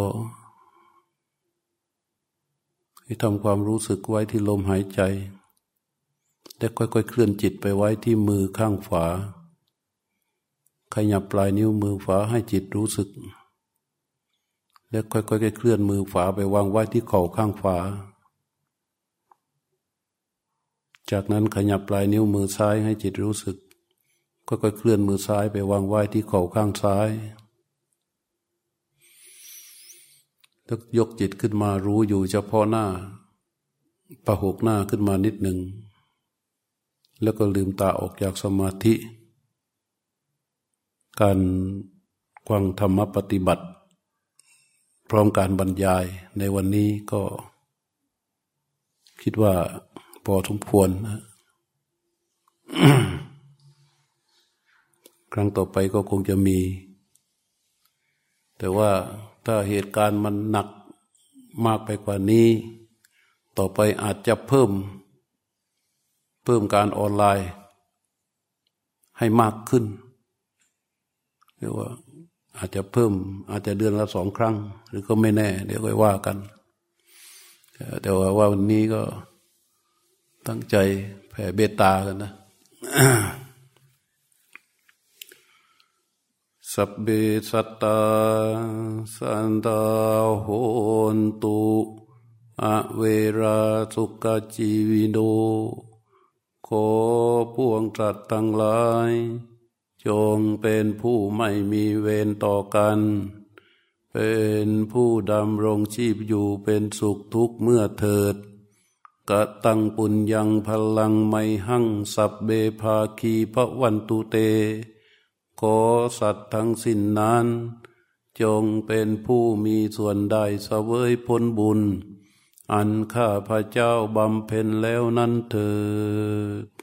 ให้ทำความรู้สึกไว้ที่ลมหายใจและค่อยๆเคลื่อนจิตไปไว้ที่มือข้างขวาขยับปลายนิ้วมือขวาให้จิตรู้สึกและค่อยๆเคลื่อนมือขวาไปวางไว้ที่เข่าข้างขวาจากนั้นขยับปลายนิ้วมือซ้ายให้จิตรู้สึกค่อยๆเคลื่อนมือซ้ายไปวางไว้ที่เข่าข้างซ้ายแล้วยกจิตขึ้นมารู้อยู่เฉพาะหน้าประหกหน้าขึ้นมานิดหนึ่งแล้วก็ลืมตาออกจากสมาธิการฟังธรรมปฏิบัติพร้อมการบรรยายในวันนี้ก็คิดว่าพอสมควรนะ ครั้งต่อไปก็คงจะมีแต่ว่าถ้าเหตุการณ์มันหนักมากไปกว่านี้ต่อไปอาจจะเพิ่มการออนไลน์ให้มากขึ้นเรียกว่าอาจจะเพิ่มอาจจะเดือนละ2 ครั้งหรือก็ไม่แน่เดี๋ยวค่อยว่ากันแต่ว่าวันนี้ก็ตั้งใจแผ่เมตตากันนะ สัพเพสัตตาสันตาโหนตุอเวราสุขจีวิโนขอพวงสัตว์ทั้งหลายจงเป็นผู้ไม่มีเวรต่อกันเป็นผู้ดำรงชีพอยู่เป็นสุขทุกเมื่อเถิดกตังปุญญังพลังไมหังสัพเบภาคีภวันตุเตขอสัตว์ทั้งสิ้นนั้นจงเป็นผู้มีส่วนได้เสวยผลบุญอันข้าพระเจ้าบำเพ็ญแล้วนั้นเถิด